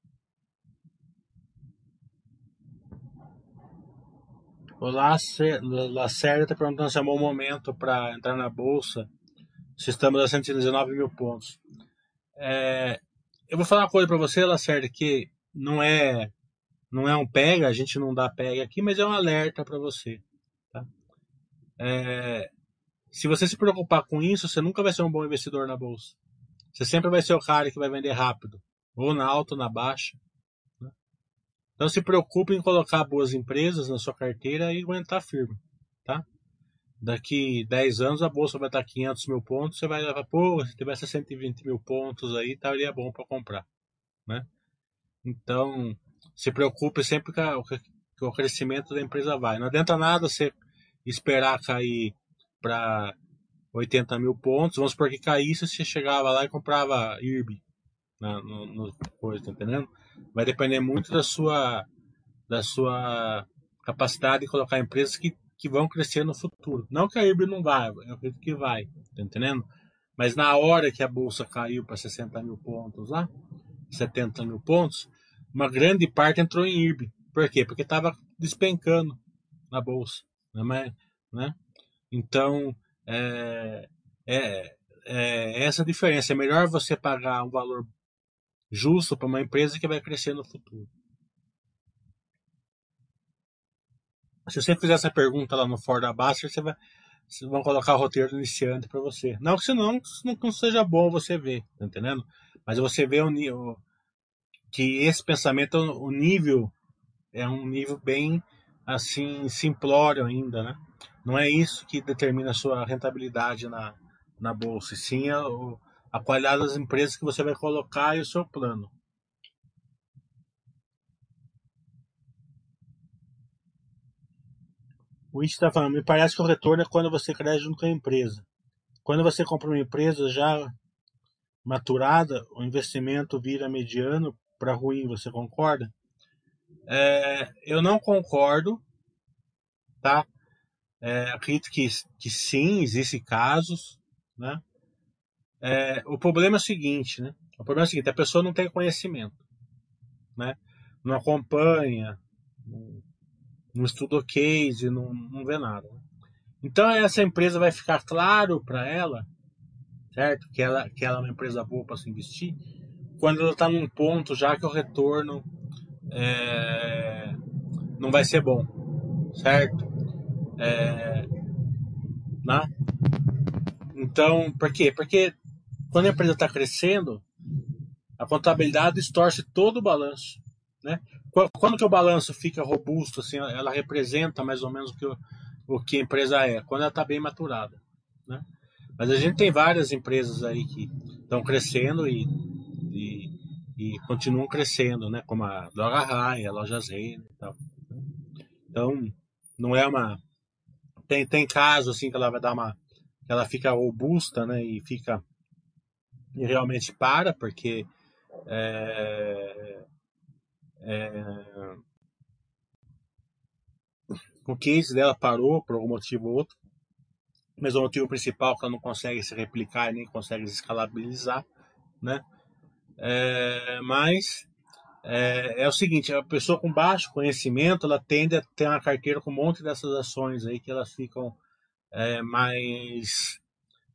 O Lacerda está perguntando se é um bom momento para entrar na bolsa, se estamos a 119 mil pontos. Eu vou falar uma coisa para você, Lacerda, que não é um pega, a gente não dá pega aqui, mas é um alerta para você. Tá? Se você se preocupar com isso, você nunca vai ser um bom investidor na bolsa. Você sempre vai ser o cara que vai vender rápido, ou na alta ou na baixa. Né? Então se preocupe em colocar boas empresas na sua carteira e aguentar firme. Tá? Daqui 10 anos a bolsa vai estar 500 mil pontos, você vai levar, pô, se tivesse 120 mil pontos aí, estaria bom para comprar. Né? Então, se preocupe sempre que o crescimento da empresa vai. Não adianta nada você esperar cair para 80 mil pontos. Vamos supor que caísse, você chegava lá e comprava IRB no coisa, tá entendendo? Vai depender muito da sua capacidade de colocar empresas que vão crescer no futuro. Não que a IRB não vai, eu acredito que vai, tá entendendo? Mas na hora que a bolsa caiu para 60 mil pontos lá, 70 mil pontos, uma grande parte entrou em IRB. Por quê? Porque estava despencando na bolsa. Né? Então, é, é, é essa a diferença. É melhor você pagar um valor justo para uma empresa que vai crescer no futuro. Se você fizer essa pergunta lá no Ford da Baster, vocês vão colocar o roteiro do iniciante para você. Não que senão não seja bom você ver, tá entendendo? Mas você vê que esse pensamento, o nível é um nível bem assim simplório ainda, né? Não é isso que determina a sua rentabilidade na bolsa, e sim a qualidade das empresas que você vai colocar e o seu plano. O It está falando, me parece que o retorno é quando você cresce junto com a empresa. Quando você compra uma empresa já maturada, o investimento vira mediano para ruim, você concorda? Eu não concordo, tá? Acredito que sim, existem casos, né? O problema é o seguinte, né? O problema é o seguinte, a pessoa não tem conhecimento, né? Não acompanha, não estuda o case, não vê nada. Então essa empresa vai ficar claro para ela, certo? Que ela é uma empresa boa para se investir, quando ela está num ponto já que o retorno não vai ser bom, certo? Né? Então, por quê? Porque quando a empresa está crescendo, a contabilidade distorce todo o balanço, né? Quando que o balanço fica robusto, assim, ela representa mais ou menos o que a empresa é, quando ela está bem maturada, né? Mas a gente tem várias empresas aí que estão crescendo e, e continuam crescendo, né? Como a Droga Raia, a Lojas Reina e tal. Então, não é uma... Tem casos assim que ela vai dar uma... que ela fica robusta, né? E realmente para, porque é, o case dela parou por algum motivo ou outro, mas o motivo principal é que ela não consegue se replicar e nem consegue se escalabilizar, né? Mas o seguinte, a pessoa com baixo conhecimento, ela tende a ter uma carteira com um monte dessas ações aí que elas ficam mais,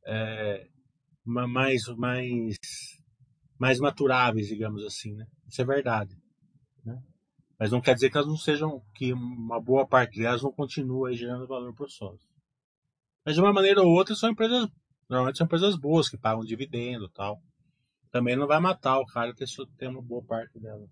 mais, mais, mais maturáveis, digamos assim, né? Isso é verdade, né? Mas não quer dizer que elas não sejam, que uma boa parte delas não continua aí gerando valor por sócio. Mas de uma maneira ou outra são empresas, normalmente são empresas boas que pagam dividendo e tal. Também não vai matar o cara ter uma boa parte dela.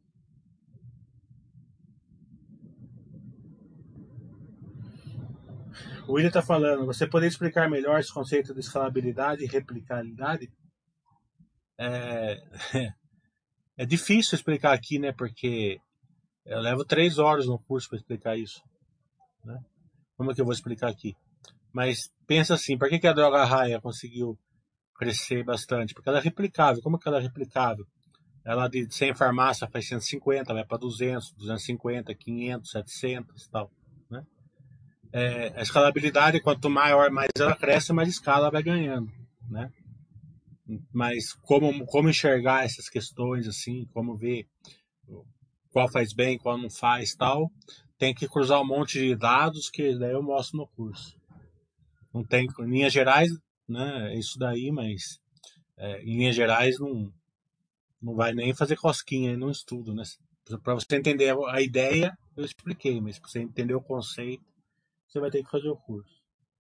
O William está falando, você poderia explicar melhor esse conceito de escalabilidade e replicabilidade? É, é difícil explicar aqui, né? Porque eu levo 3 horas no curso para explicar isso, né? Como é que eu vou explicar aqui? Mas pensa assim, por que a Droga Raia conseguiu crescer bastante? Porque ela é replicável. Como que ela é replicável? Ela de 100 farmácia faz 150, vai para 200, 250, 500, 700 e tal, né? A escalabilidade, quanto maior, mais ela cresce, mais escala vai ganhando, né? Mas como enxergar essas questões, assim, como ver qual faz bem, qual não faz, tal, tem que cruzar um monte de dados que daí eu mostro no curso. Não tem, em linhas gerais, né, é isso daí, mas em linhas gerais não vai nem fazer cosquinha no estudo, né? Para você entender a ideia, eu expliquei, mas para você entender o conceito, você vai ter que fazer o curso.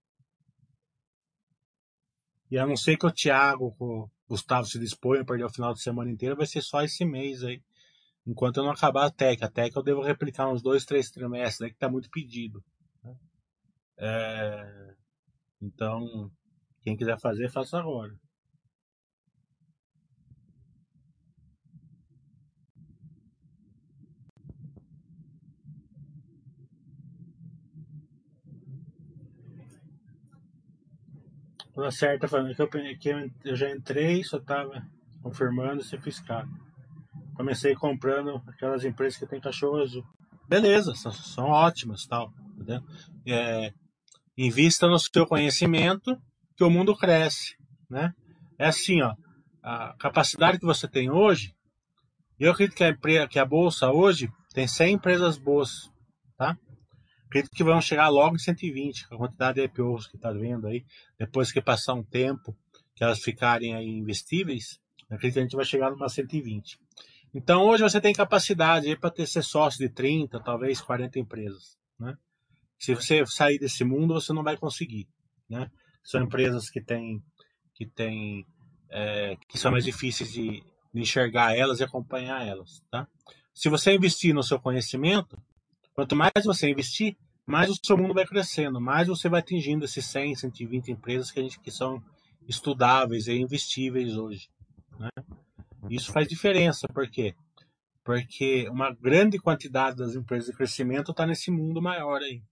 E a não ser que o Thiago, o Gustavo se disponham a perder o final de semana inteiro, vai ser só esse mês aí. Enquanto eu não acabar a TEC. A TEC eu devo replicar uns 2, 3 trimestres, né, que está muito pedido. Né? Então, quem quiser fazer, faça agora. Toda certa, falando que eu já entrei, só estava confirmando se fiz caro. Comecei comprando aquelas empresas que tem cachorro azul. Beleza, são ótimas, tal, entendeu? É, invista no seu conhecimento que o mundo cresce, né? É assim, ó, a capacidade que você tem hoje, eu acredito que a bolsa hoje tem 100 empresas boas, tá? Acredito que vão chegar logo em 120, a quantidade de IPOs que está vendo aí, depois que passar um tempo, que elas ficarem aí investíveis, acredito que a gente vai chegar numa 120. Então hoje você tem capacidade para ser sócio de 30, talvez 40 empresas, né? Se você sair desse mundo, você não vai conseguir, né? São empresas que são mais difíceis de enxergar elas e acompanhar elas, tá? Se você investir no seu conhecimento, quanto mais você investir, mais o seu mundo vai crescendo, mais você vai atingindo esses 100, 120 empresas que são estudáveis e investíveis hoje, né? Isso faz diferença, por quê? Porque uma grande quantidade das empresas de crescimento está nesse mundo maior aí.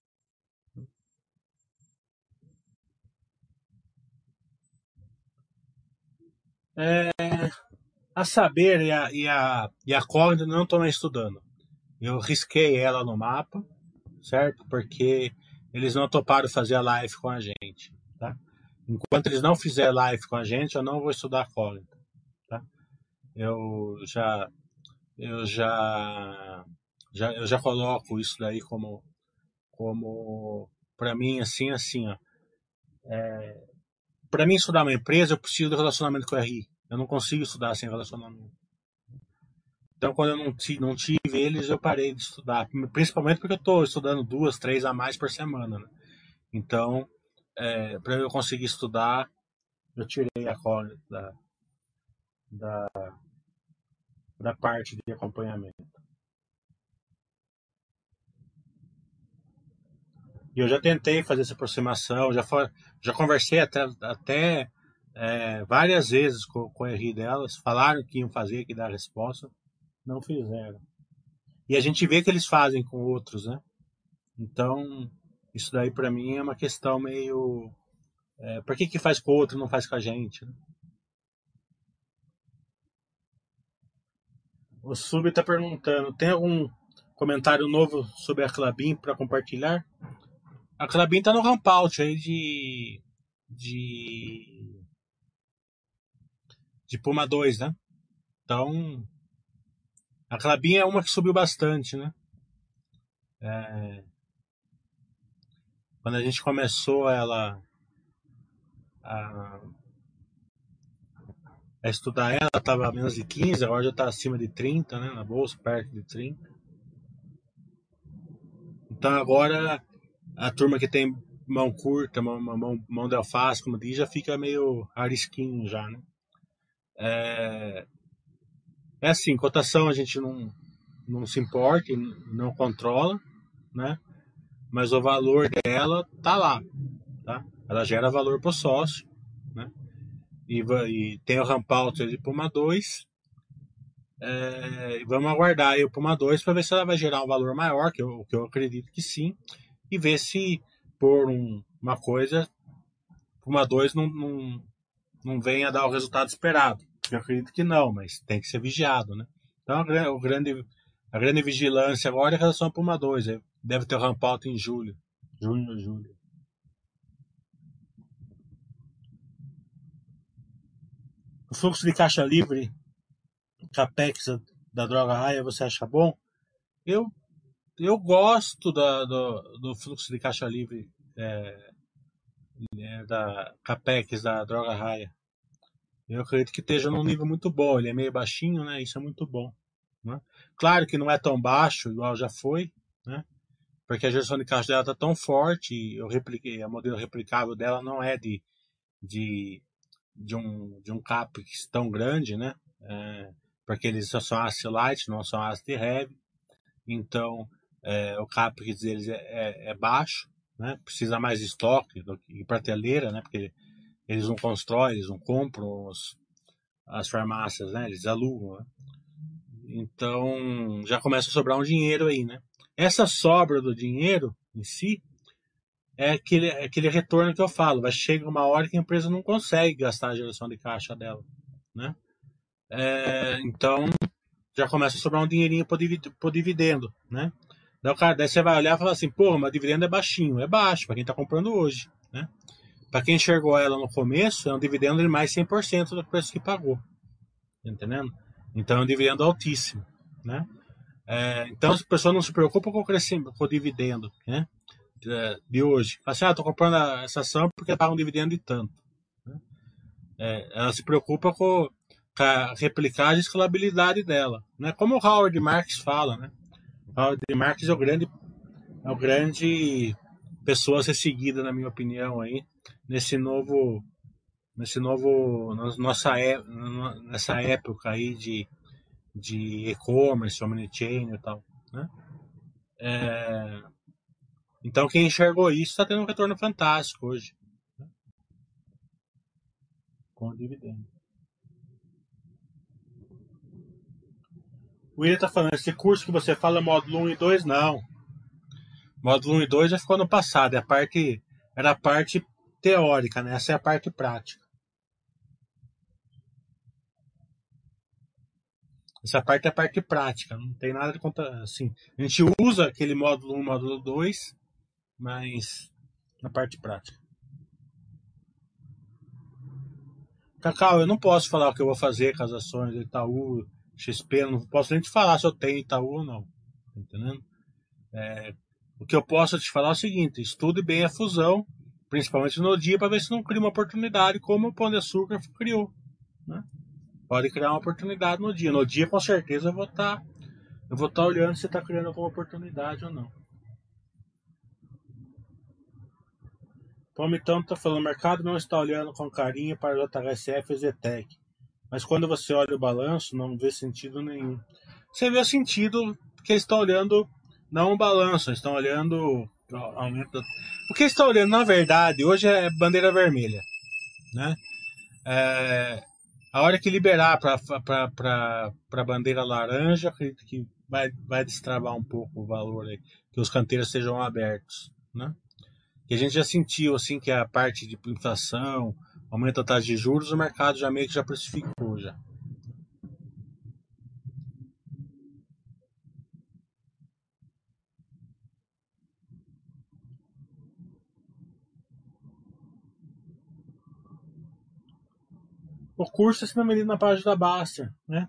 A Saber e a Cogna não estou mais estudando. Eu risquei ela no mapa, certo? Porque eles não toparam fazer a live com a gente, tá? Enquanto eles não fizerem live com a gente, eu não vou estudar a Cogna, tá? Eu já, eu já coloco isso daí como para mim assim, ó. Para mim estudar uma empresa, eu preciso do relacionamento com o RI. Eu não consigo estudar sem relacionamento. Então, quando eu não tive eles, eu parei de estudar. Principalmente porque eu estou estudando 2, 3 a mais por semana, né? Então, para eu conseguir estudar, eu tirei a cola da, da parte de acompanhamento. E eu já tentei fazer essa aproximação, já conversei até várias vezes com o RI delas, falaram que iam fazer, que dar resposta, não fizeram. E a gente vê que eles fazem com outros, né? Então, isso daí para mim é uma questão meio. Por que faz com o outro e não faz com a gente? Né? O Sub está perguntando: tem algum comentário novo sobre a Clabin para compartilhar? A Clabin está no rampout aí de, de Puma 2, né? Então, a Clabin é uma que subiu bastante, né? Quando a gente começou a, a estudar ela estava a menos de 15, agora já está acima de 30, né? Na bolsa, perto de 30. Então agora a turma que tem mão curta, mão de alface, como diz, já fica meio arisquinho já, né? É assim, cotação a gente não se importa, não controla, né? Mas o valor dela tá lá, tá? Ela gera valor pro sócio, né? E tem o ramp-out de Puma 2. E vamos aguardar aí o Puma 2 para ver se ela vai gerar um valor maior, que eu acredito que sim, e ver se por uma coisa, Puma 2 não venha a dar o resultado esperado. Eu acredito que não, mas tem que ser vigiado, né? Então a grande vigilância agora é em relação ao Puma 2. Deve ter o ramp out em julho. Junho, julho. O fluxo de caixa livre, CAPEX da Droga Raia, você acha bom? Eu, eu gosto do fluxo de caixa livre da CAPEX da Droga Raia. Eu acredito que esteja num nível muito bom. Ele é meio baixinho, né? Isso é muito bom. Né? Claro que não é tão baixo, igual já foi, né? Porque a gestão de caixa dela está tão forte, eu repliquei, a modelo replicável dela não é de, de um CAPEX tão grande, né? Porque eles só são asset light, não são asset heavy. Então, o CAPEX deles é baixo, né? Precisa mais de estoque e prateleira, né? Porque eles não constroem, eles não compram as farmácias, né? Eles alugam, né? Então, já começa a sobrar um dinheiro aí, né? Essa sobra do dinheiro em si é aquele retorno que eu falo. Vai chegar uma hora que a empresa não consegue gastar a geração de caixa dela, né? Então, já começa a sobrar um dinheirinho pro dividendo, né? Daí você vai olhar e falar assim, pô, mas o dividendo é baixinho. É baixo para quem está comprando hoje, né? Para quem enxergou ela no começo, é um dividendo de mais 100% do preço que pagou, tá entendendo? Então é um dividendo altíssimo, né? Então a pessoa não se preocupa com o crescimento, com o dividendo, né? De hoje. Fala assim, tô comprando essa ação porque paga um dividendo de tanto. Né? Ela se preocupa com a replicagem e escalabilidade dela, né? Como o Howard Marks fala, né? O Howard Marks é o grande pessoa a ser seguida, na minha opinião, aí, nesse novo, nessa época aí de e-commerce, omnichannel e tal, né? Então quem enxergou isso está tendo um retorno fantástico hoje, né? Com o dividendo. O William está falando, esse curso que você fala módulo 1 e 2, não. Módulo 1 e 2 já ficou no passado, era a parte teórica, né? Essa é a parte prática. Essa parte é a parte prática, não tem nada de conta assim. A gente usa aquele módulo 1, módulo 2, mas na parte prática. Cacau, eu não posso falar o que eu vou fazer com as ações do Itaú, XP, eu não posso nem te falar se eu tenho Itaú ou não. Tá entendendo? O que eu posso te falar é o seguinte: estude bem a fusão, principalmente no dia, para ver se não cria uma oportunidade como o Pão de Açúcar criou. Né? Pode criar uma oportunidade no dia. No dia, com certeza, eu vou estar olhando se está criando alguma oportunidade ou não. Palmitão está falando, o mercado não está olhando com carinho para o JHSF e Zetec, mas quando você olha o balanço, não vê sentido nenhum. Você vê o sentido que eles estão olhando, não o balanço, eles estão olhando o aumento. O que eles estão olhando, na verdade, hoje é bandeira vermelha, né? A hora que liberar para a bandeira laranja, acredito que vai destravar um pouco o valor aí, que os canteiros sejam abertos, né? Que a gente já sentiu assim que a parte de inflação, aumento da taxa de juros, o mercado já meio que já precificou já. O curso está sendo vendido na página da Baster, né?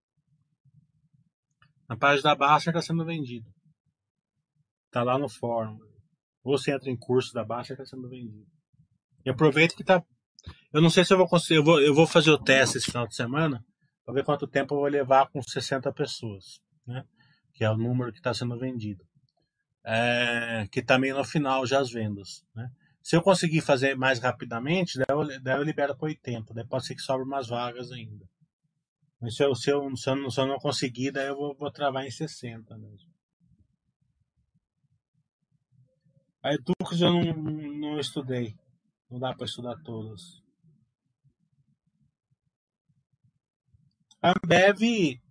Na página da Baster está sendo vendido. Está lá no fórum. Ou você entra em curso da Baster, está sendo vendido. E aproveita que tá. Eu não sei se eu vou conseguir. Eu vou fazer o teste esse final de semana para ver quanto tempo eu vou levar com 60 pessoas, né? Que é o número que está sendo vendido. Que também no final já as vendas, né? Se eu conseguir fazer mais rapidamente, daí eu libero para 80, daí pode ser que sobre umas vagas ainda. Mas se eu não conseguir, daí eu vou travar em 60 mesmo. A Edux eu não estudei, não dá para estudar todas. A Ambev,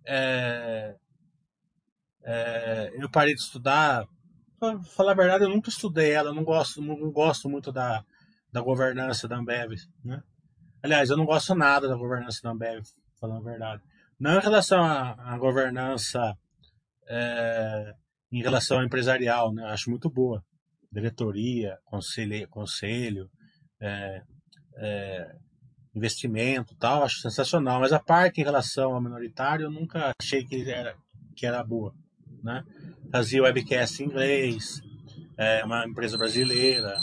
eu parei de estudar. Pra falar a verdade, eu nunca estudei ela, não gosto muito da governança da Ambev, né? Aliás, eu não gosto nada da governança da Ambev, falando a verdade. Não em relação à governança, em relação ao empresarial, né? Acho muito boa. Diretoria, conselho, investimento, tal, acho sensacional. Mas a parte em relação ao minoritário, eu nunca achei que era boa, né? Fazia webcast em inglês, uma empresa brasileira,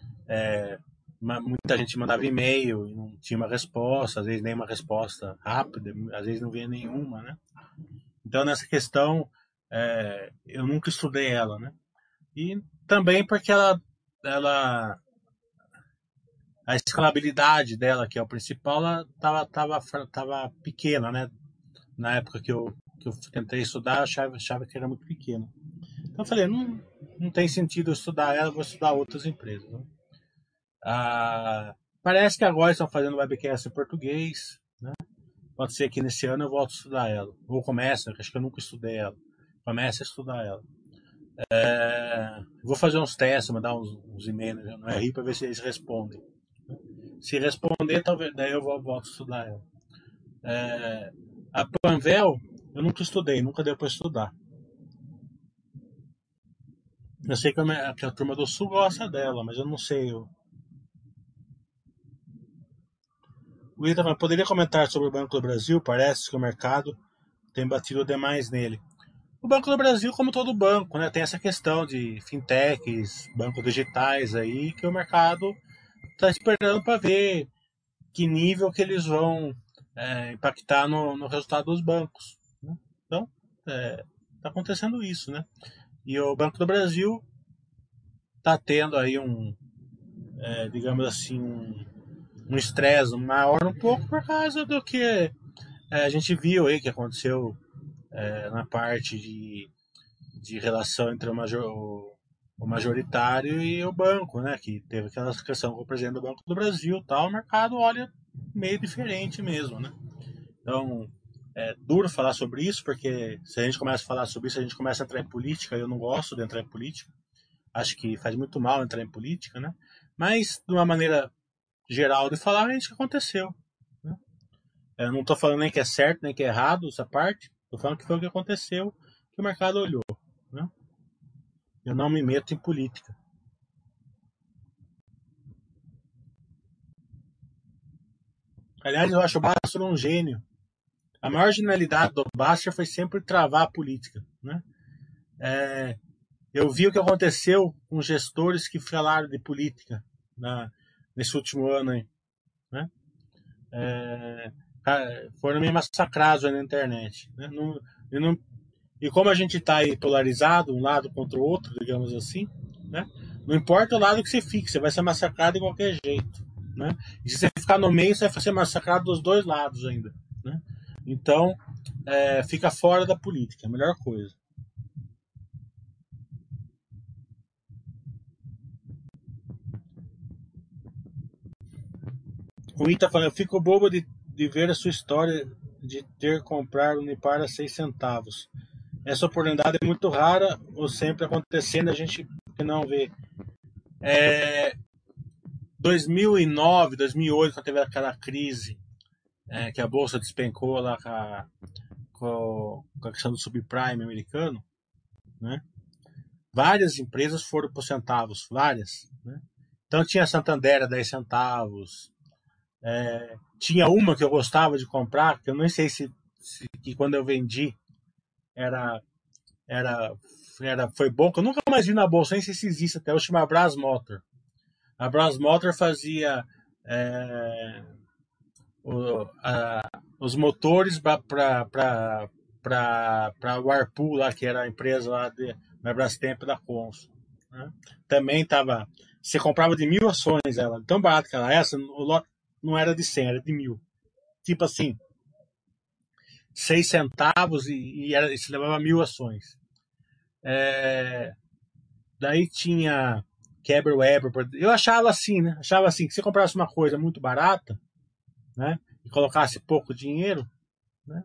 muita gente mandava e-mail e não tinha uma resposta, às vezes nem uma resposta rápida, às vezes não vinha nenhuma, né? Então nessa questão eu nunca estudei ela, né? E também porque ela a escalabilidade dela, que é o principal, ela tava pequena, né? Na época que eu tentei estudar, eu achava que era muito pequena. Então eu falei, não tem sentido eu estudar ela, vou estudar outras empresas. Né? Parece que agora estão fazendo webcast em português, né? Pode ser que nesse ano eu volte a estudar ela. Ou comece, acho que eu nunca estudei ela. Comece a estudar ela. Vou fazer uns testes, mandar uns e-mails no RI para ver se eles respondem. Se responder, talvez daí eu volto a estudar ela. A Panvel, eu nunca estudei, nunca deu para estudar. Eu sei que a turma do Sul gosta dela, mas eu não sei. O Ita poderia comentar sobre o Banco do Brasil? Parece que o mercado tem batido demais nele. O Banco do Brasil, como todo banco, né, tem essa questão de fintechs, bancos digitais aí, que o mercado está esperando para ver que nível que eles vão impactar no resultado dos bancos. Né? Então, está acontecendo isso, né? E o Banco do Brasil está tendo aí digamos assim, um estresse maior um pouco por causa do que a gente viu aí que aconteceu na parte de relação entre o majoritário e o banco, né? Que teve aquela questão com o presidente do Banco do Brasil, tal, o mercado olha meio diferente mesmo, né? Então, é duro falar sobre isso, porque se a gente começa a falar sobre isso, a gente começa a entrar em política, eu não gosto de entrar em política, acho que faz muito mal entrar em política, né? Mas, de uma maneira geral de falar, é isso que aconteceu. Né? Eu não estou falando nem que é certo, nem que é errado essa parte, estou falando que foi o que aconteceu, que o mercado olhou. Né? Eu não me meto em política. Aliás, eu acho o Baster um gênio. A maior genialidade do Baster foi sempre travar a política. Né? Eu vi o que aconteceu com gestores que falaram de política nesse último ano aí. Né? Foram meio massacrados na internet. Né? E como a gente está aí polarizado, um lado contra o outro, digamos assim, né? Não importa o lado que você fique, você vai ser massacrado de qualquer jeito. Né? E se você ficar no meio, você vai ser massacrado dos dois lados ainda. Né? Então, fica fora da política, é a melhor coisa. O Ita falando, eu fico bobo de ver a sua história de ter comprado Unipar a 6 centavos. Essa oportunidade é muito rara ou sempre acontecendo, a gente que não vê. 2009, 2008, quando teve aquela crise que a bolsa despencou lá com a questão do subprime americano, né? Várias empresas foram por centavos, várias. Né? Então tinha a Santander a 10 centavos, tinha uma que eu gostava de comprar, que eu não sei se que quando eu vendi era, era, foi bom, que eu nunca mais vi na bolsa, nem sei se existe até, hoje, chama Brás Motor. A Brás Motor fazia os motores para o Whirlpool, lá, que era a empresa lá da Brastemp da Consul. Né? Também estava. Você comprava de 1.000 ações, ela, tão barato que ela essa, o lote não era de 100, era de 1.000. Tipo assim, 6 centavos e se levava 1.000 ações. Daí tinha Quebra Weber. Eu achava assim, né? Achava assim, que se você comprasse uma coisa muito barata, né? E colocasse pouco dinheiro, né?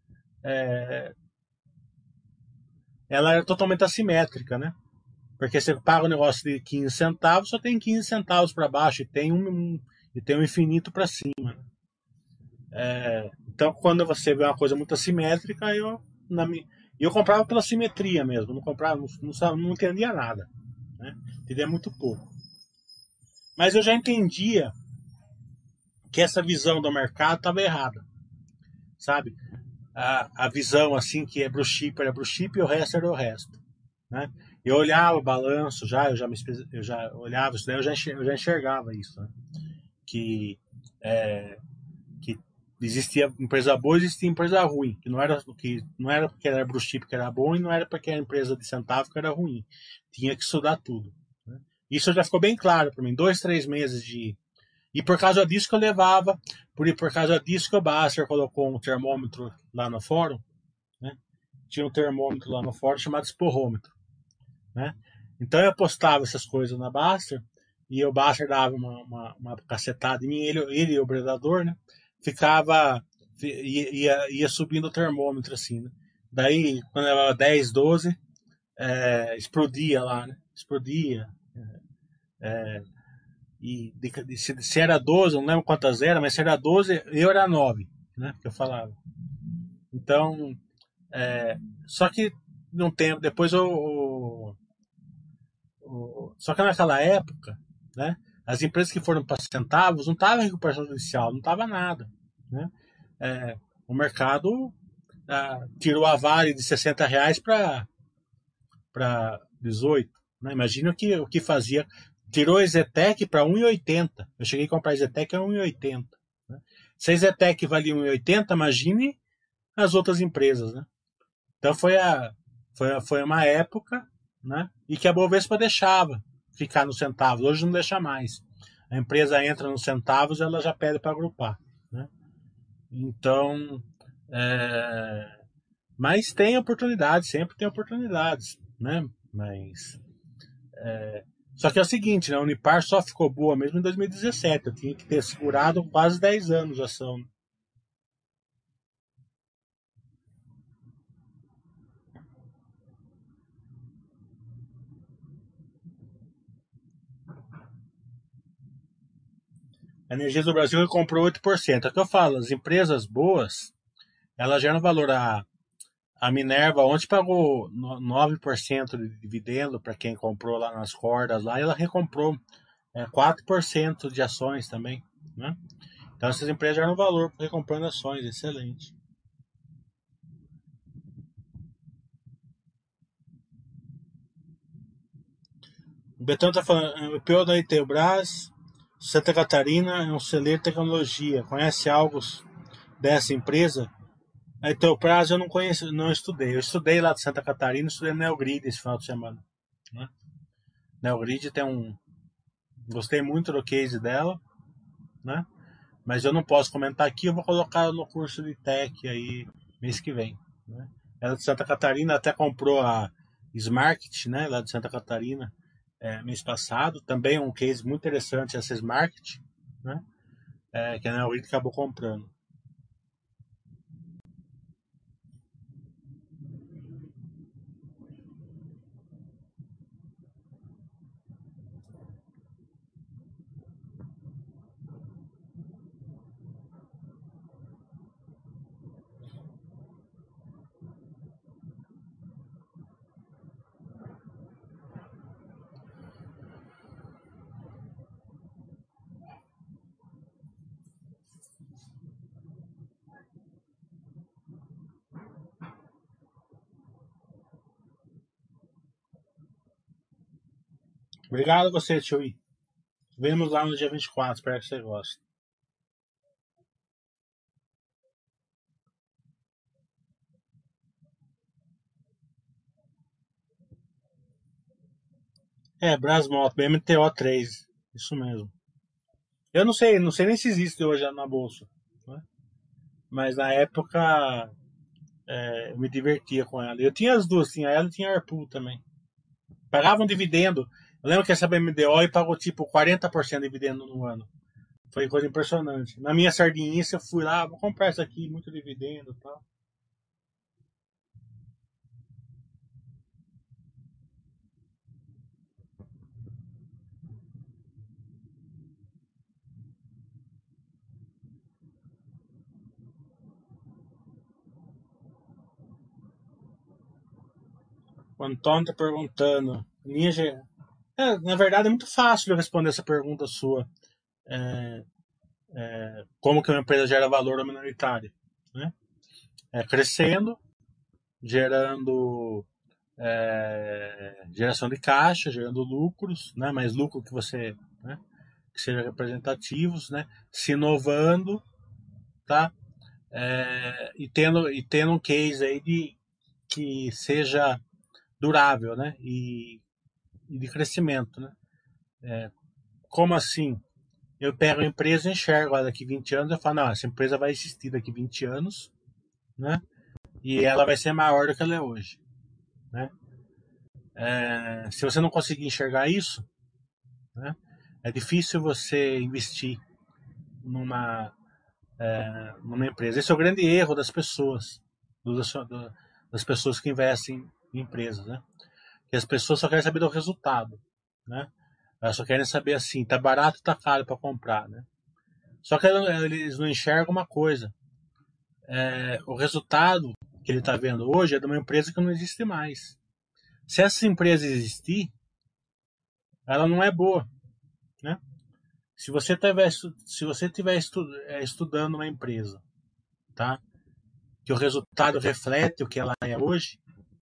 Ela era totalmente assimétrica, né? Porque você paga um negócio de 15 centavos, só tem 15 centavos para baixo e tem um infinito para cima. Né? Então, quando você vê uma coisa muito assimétrica, eu comprava pela simetria mesmo, não comprava, não entendia nada. Né? Entendia muito pouco. Mas eu já entendia que essa visão do mercado estava errada. Sabe? A visão assim que é blue chip era blue chip e o resto era o resto. Né? Eu olhava o balanço eu já olhava isso daí, eu já enxergava isso. Né? Que, que existia empresa boa e existia empresa ruim. Que não era porque era blue chip que era bom e não era porque era empresa de centavo que era ruim. Tinha que estudar tudo. Né? Isso já ficou bem claro para mim. 2, 3 meses de. E por causa disso que eu levava, por causa disso que o Baster colocou um termômetro lá no fórum. Né? Tinha um termômetro lá no fórum chamado esporrômetro. Né? Então eu postava essas coisas na Baster e o Baster dava uma cacetada em mim, ele e o predador, né? Ia subindo o termômetro assim. Né? Daí, quando eu era 10, 12, explodia lá, né? Explodia. Se era 12, eu não lembro quantas era, mas se era 12, eu era 9, né? Que eu falava. Então, só que num tempo, depois só que naquela época, né? As empresas que foram para centavos não estavam em recuperação judicial, não estava nada, né? O mercado tirou a Vale de R$ 60 para 18, né? Imagina o que fazia. Tirou a Exetec para 1,80. Eu cheguei a comprar a Exetec a 1,80. Né? Se a Exetec valia 1,80, imagine as outras empresas, né? Então foi uma época, né? E que a Bovespa deixava ficar nos centavos. Hoje não deixa mais. A empresa entra nos centavos, ela já pede para agrupar, né? Então, mas tem oportunidades, sempre tem oportunidades, né? Mas só que é o seguinte, né? A Unipar só ficou boa mesmo em 2017. Eu tinha que ter segurado quase 10 anos a ação. A Energias do Brasil comprou 8%. É o que eu falo, as empresas boas, elas geram valor. A Minerva ontem pagou 9% de dividendo para quem comprou lá nas cordas lá, e ela recomprou 4% de ações também, né? Então essas empresas geram valor recomprando ações, excelente. O Betão está falando, o PO da Intelbras, Santa Catarina é um celeiro de tecnologia. Conhece algo dessa empresa? A Intelbras eu não conheço, não estudei. Eu estudei lá de Santa Catarina, estudei no Neogrid esse final de semana, né? Neogrid tem um... Gostei muito do case dela, né? Mas eu não posso comentar aqui, eu vou colocar no curso de Tech aí mês que vem, né? Ela de Santa Catarina até comprou a Smart, né? Lá de Santa Catarina, mês passado. Também um case muito interessante essa Smart, né? Que a Neorid acabou comprando. Obrigado a você, Tio. Vemos lá no dia 24, espero que você goste. Brasmoto, BMTO3, isso mesmo. Eu não sei nem se existe hoje na bolsa, né? Mas na época eu me divertia com ela. Eu tinha as duas, tinha ela e tinha a Arpool também. Pagavam dividendo. Eu lembro que essa BMDO pagou tipo 40% de dividendo no ano. Foi coisa impressionante. Na minha sardinice eu fui lá, vou comprar isso aqui, muito dividendo e tal. O Antônio tá perguntando. Na verdade é muito fácil de responder essa pergunta sua. Como que uma empresa gera valor ao minoritário? Né? Crescendo, gerando geração de caixa, gerando lucros, né? Mais lucro que você, né? Que sejam representativos, né? Se inovando, tá? E tendo um case aí que seja durável, né? E de crescimento, né? Como assim? Eu pego a empresa e enxergo ela daqui 20 anos, eu falo, não, essa empresa vai existir daqui 20 anos, né? E ela vai ser maior do que ela é hoje, né? Se você não conseguir enxergar isso, né? É difícil você investir numa, numa empresa. Esse é o grande erro das pessoas, das pessoas que investem em empresas, né? que as pessoas só querem saber do resultado, né? Elas só querem saber assim, tá barato, tá caro para comprar, né? Só que eles não enxergam uma coisa. O resultado que ele está vendo hoje é de uma empresa que não existe mais. Se essa empresa existir, ela não é boa, né? Se você estiver estudando uma empresa, tá? Que o resultado reflete o que ela é hoje,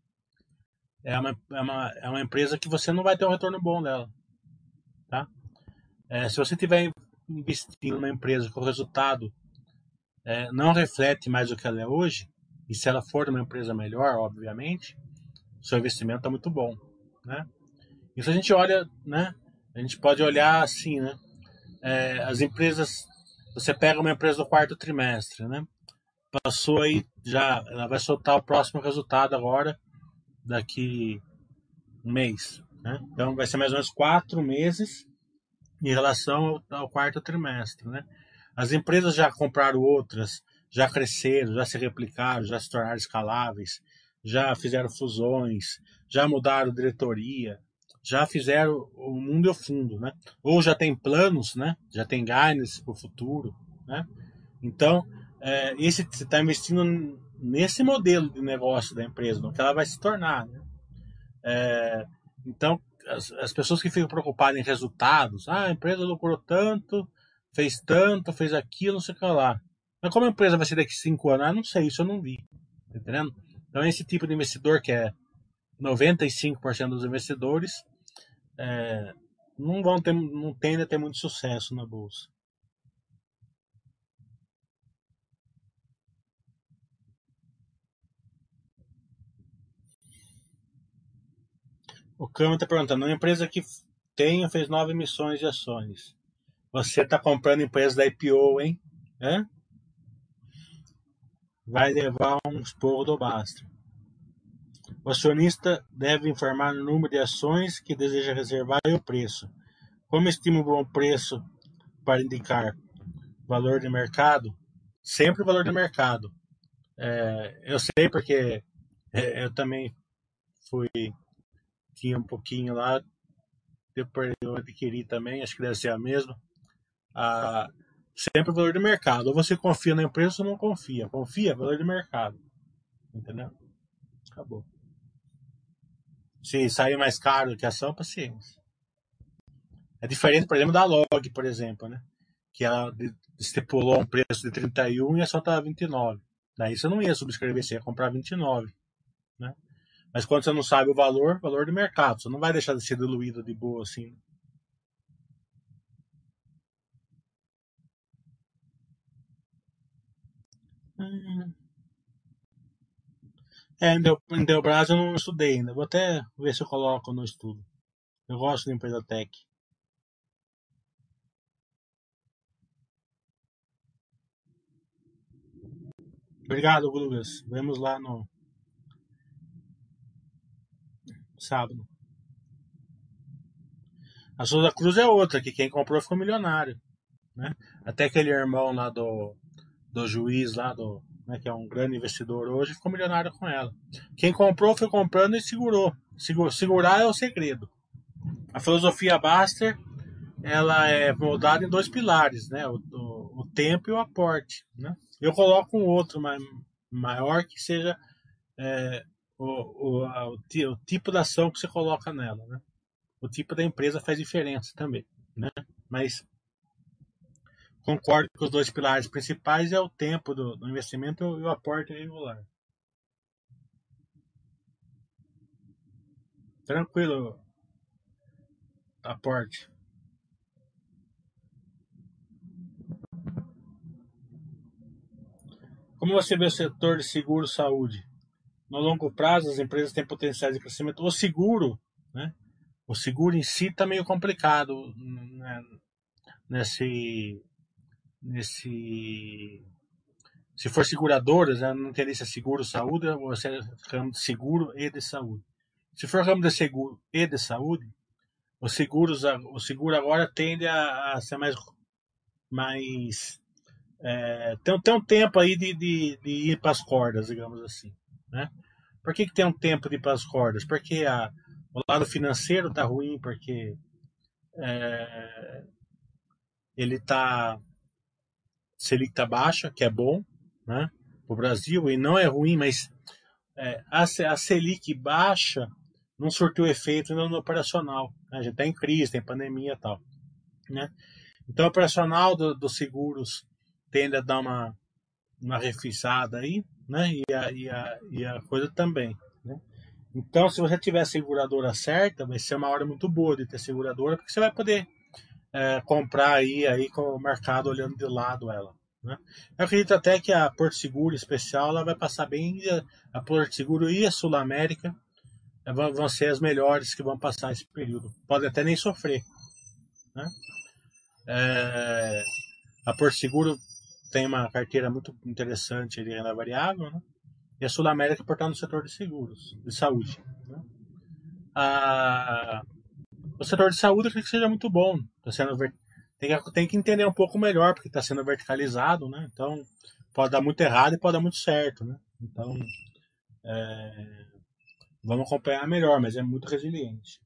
é uma empresa que você não vai ter um retorno bom dela, tá? Se você estiver investindo numa empresa que o resultado não reflete mais o que ela é hoje, e se ela for uma empresa melhor, obviamente, seu investimento está muito bom, né? Isso a gente olha, né? A gente pode olhar assim, né? As empresas, você pega uma empresa do quarto trimestre, né? Passou aí já, ela vai soltar o próximo resultado agora, daqui um mês, né? Então vai ser mais ou menos 4 meses em relação ao quarto trimestre, né? As empresas já compraram outras, já cresceram, já se replicaram, já se tornaram escaláveis, já fizeram fusões, já mudaram diretoria, já fizeram o mundo e o fundo, né? Ou já tem planos, né? Já tem guidance para o futuro, né? Então, você está investindo nesse modelo de negócio da empresa, no que ela vai se tornar, né? Então, as pessoas que ficam preocupadas em resultados, a empresa lucrou tanto, fez aquilo, não sei o que lá. Mas como a empresa vai ser daqui a 5 anos? Não sei, isso eu não vi. Tá entendendo? Então, esse tipo de investidor, que é 95% dos investidores, não tende a ter muito sucesso na bolsa. O Câmbio está perguntando, uma empresa que fez 9 emissões de ações. Você está comprando empresa da IPO, hein? Vai levar um esporro do Basta. O acionista deve informar o número de ações que deseja reservar e o preço. Como estima o bom preço para indicar valor de mercado? Sempre o valor de mercado. Eu sei porque eu também fui, tinha um pouquinho lá, depois eu adquiri também, acho que deve ser a mesma. Ah, sempre o valor de mercado. Ou você confia na empresa ou não confia. Confia, valor de mercado. Entendeu? Acabou. Se sair mais caro do que a ação, paciência. É diferente, por exemplo, da Log, por exemplo, né? Que ela estipulou um preço de 31 e a ação estava 29. Daí você não ia subscrever, você ia comprar 29, né? Mas quando você não sabe o valor do mercado, você não vai deixar de ser diluído de boa assim. Hum. Em Delbras eu não estudei ainda. Vou até ver se eu coloco no estudo. Eu gosto de empresa tech. Obrigado, Lucas. Vemos lá no sábado. A Souza Cruz é outra, que quem comprou ficou milionário, né? Até aquele irmão lá do juiz lá, né, que é um grande investidor hoje, ficou milionário com ela. Quem comprou foi comprando e segurou. Segurar é o segredo. A filosofia Baster, ela é moldada em dois pilares, né? O tempo e o aporte, né? Eu coloco um outro maior que seja o tipo da ação que você coloca nela, né? O tipo da empresa faz diferença também, né? Mas concordo que os dois pilares principais é o tempo do investimento e o aporte regular. Tranquilo, aporte. Como você vê o setor de seguro-saúde? No longo prazo, as empresas têm potenciais de crescimento. O seguro, né? O seguro em si está meio complicado, né? nesse, nesse. Se for seguradoras, né? Não teria se é seguro-saúde ou se é ramo de seguro e de saúde. Se for ramo de seguro e de saúde, o seguro agora tende a ser mais tem um tempo aí de ir para as cordas, digamos assim, né? Por que tem um tempo de ir para as cordas? Porque O lado financeiro está ruim porque ele tá Selic tá baixa, que é bom, né, para o Brasil, e não é ruim, mas a Selic baixa não surtiu efeito ainda no operacional. Né? A gente está em crise, tem pandemia e tal. Né? Então, o operacional dos seguros tende a dar uma refisada aí, né? E a coisa também. Né? Então, se você tiver a seguradora certa, vai ser uma hora muito boa de ter seguradora, porque você vai poder comprar aí com o mercado olhando de lado ela. Né? Eu acredito até que a Porto Seguro especial ela vai passar bem, a Porto Seguro e a Sul América vão ser as melhores que vão passar esse período. Podem até nem sofrer. Né? A Porto Seguro tem uma carteira muito interessante de renda variável, né? E a Sul América por estar no setor de seguros, de saúde. Né? O setor de saúde eu acredito que seja muito bom. Tá sendo tem que entender um pouco melhor, porque está sendo verticalizado, né? Então pode dar muito errado e pode dar muito certo. Né? Então vamos acompanhar melhor, mas é muito resiliente.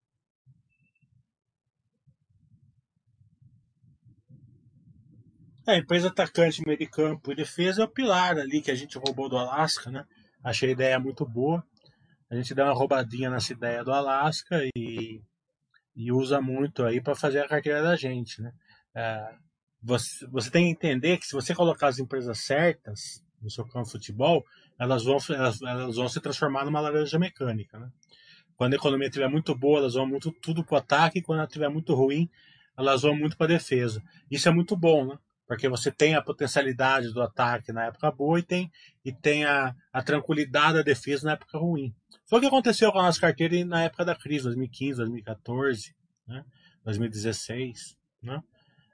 A empresa atacante, meio de campo e defesa é o pilar ali que a gente roubou do Alasca, né? Achei a ideia muito boa. A gente dá uma roubadinha nessa ideia do Alasca e usa muito aí para fazer a carteira da gente, né? É, você tem que entender que se você colocar as empresas certas no seu campo de futebol, elas vão se transformar numa laranja mecânica, né? Quando a economia estiver muito boa, elas vão muito tudo para o ataque, e quando ela estiver muito ruim, elas vão muito para a defesa. Isso é muito bom, né? Porque você tem a potencialidade do ataque na época boa e tem a tranquilidade da defesa na época ruim. Foi o que aconteceu com a nossa carteira na época da crise, 2015, 2014, né? 2016. Né?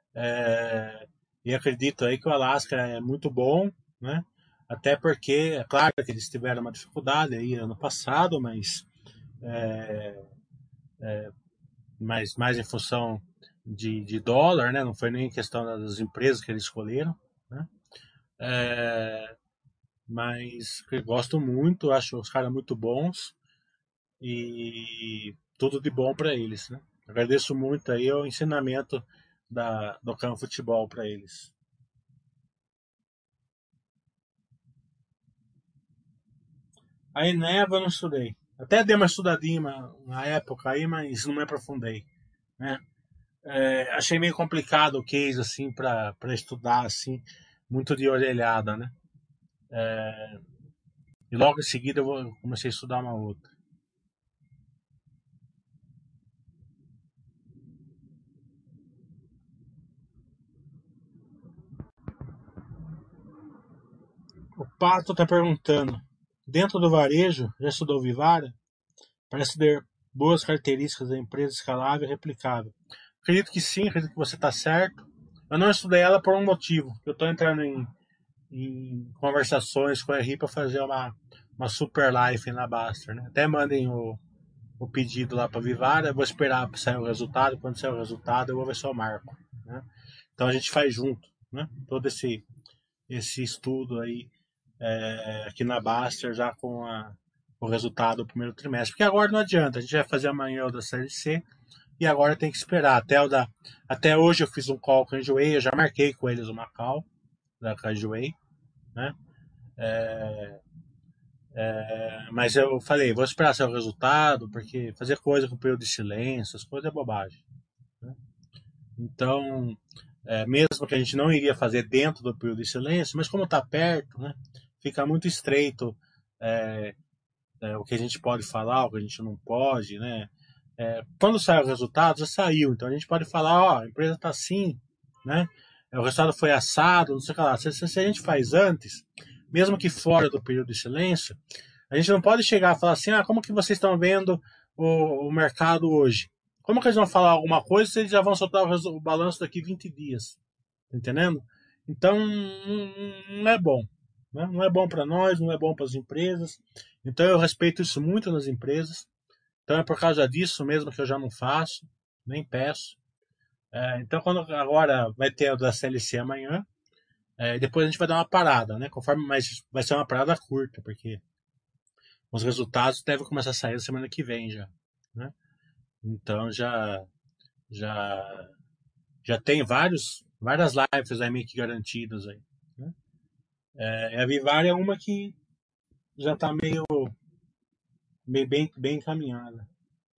E acredito aí que o Alasca é muito bom, né? Até porque, é claro que eles tiveram uma dificuldade aí ano passado, mas mais em função de dólar, né? Não foi nem questão das empresas que eles escolheram, né? Mas eu gosto muito, acho os caras muito bons e tudo de bom para eles, né? Agradeço muito aí o ensinamento do campo futebol para eles. Aí Neva eu não estudei. Até dei uma estudadinha na época aí, mas não me aprofundei, né? Achei meio complicado o case assim para estudar assim, muito de orelhada, né? E logo em seguida comecei a estudar uma outra. O Pato está perguntando: dentro do varejo, já estudou Vivara? Parece ter boas características da empresa escalável e replicável. Acredito que sim, acredito que você está certo. Eu não estudei ela por um motivo. Eu estou entrando em conversações com a RI para fazer uma super life na Baster. Né? Até mandem o pedido lá para Vivara. Eu vou esperar para sair o resultado. Quando sair o resultado, eu vou ver se eu marco. Né? Então a gente faz junto. Né? Todo esse estudo aí aqui na Baster já com o resultado do primeiro trimestre. Porque agora não adianta, a gente vai fazer amanhã o da CLC e agora tem que esperar. Até hoje eu fiz um call com a Enjoei, eu já marquei com eles uma call com a Enjoei, né? Mas eu falei, vou esperar sair o resultado, porque fazer coisa com período de silêncio, as coisas é bobagem. Né? Então, mesmo que a gente não iria fazer dentro do período de silêncio, mas como está perto, né, fica muito estreito o que a gente pode falar, o que a gente não pode, né? Quando sai o resultado, já saiu, então a gente pode falar, ó, a empresa está assim, né? O resultado foi assado, não sei o que lá. Se a gente faz antes, mesmo que fora do período de silêncio, a gente não pode chegar e falar assim, como que vocês estão vendo o mercado hoje? Como que eles vão falar alguma coisa se eles já vão soltar o balanço daqui 20 dias? Tá entendendo? Então, não é bom. Né? Não é bom para nós, não é bom para as empresas. Então, eu respeito isso muito nas empresas. Então, é por causa disso mesmo que eu já não faço, nem peço. Então, quando agora vai ter o da CLC amanhã, depois a gente vai dar uma parada, né? Mas vai ser uma parada curta, porque os resultados devem começar a sair na semana que vem já. né? Então já tem várias lives aí meio que garantidas aí, né? A Vivar é uma que já está meio bem encaminhada.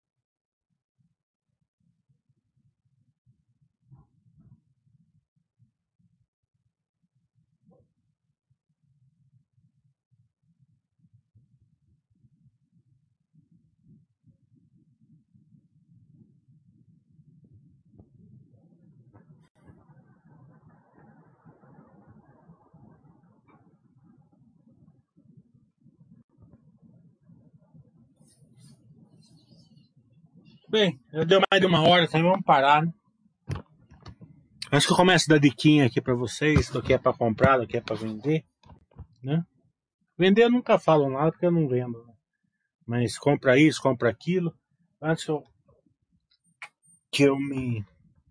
Bem, já deu mais de uma hora, também vamos parar, né? Acho que eu começo a dar diquinha aqui para vocês, do que é para comprar, do que é para vender, né? Vender eu nunca falo nada porque eu não vendo, né? Mas compra isso, compra aquilo. Antes que eu me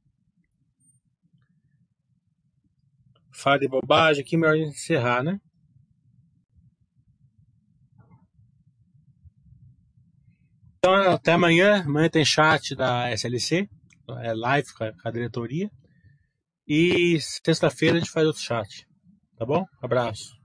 fale de bobagem aqui, melhor encerrar, né? Então até amanhã. Amanhã tem chat da SLC, live com a diretoria. E sexta-feira a gente faz outro chat. Tá bom? Abraço.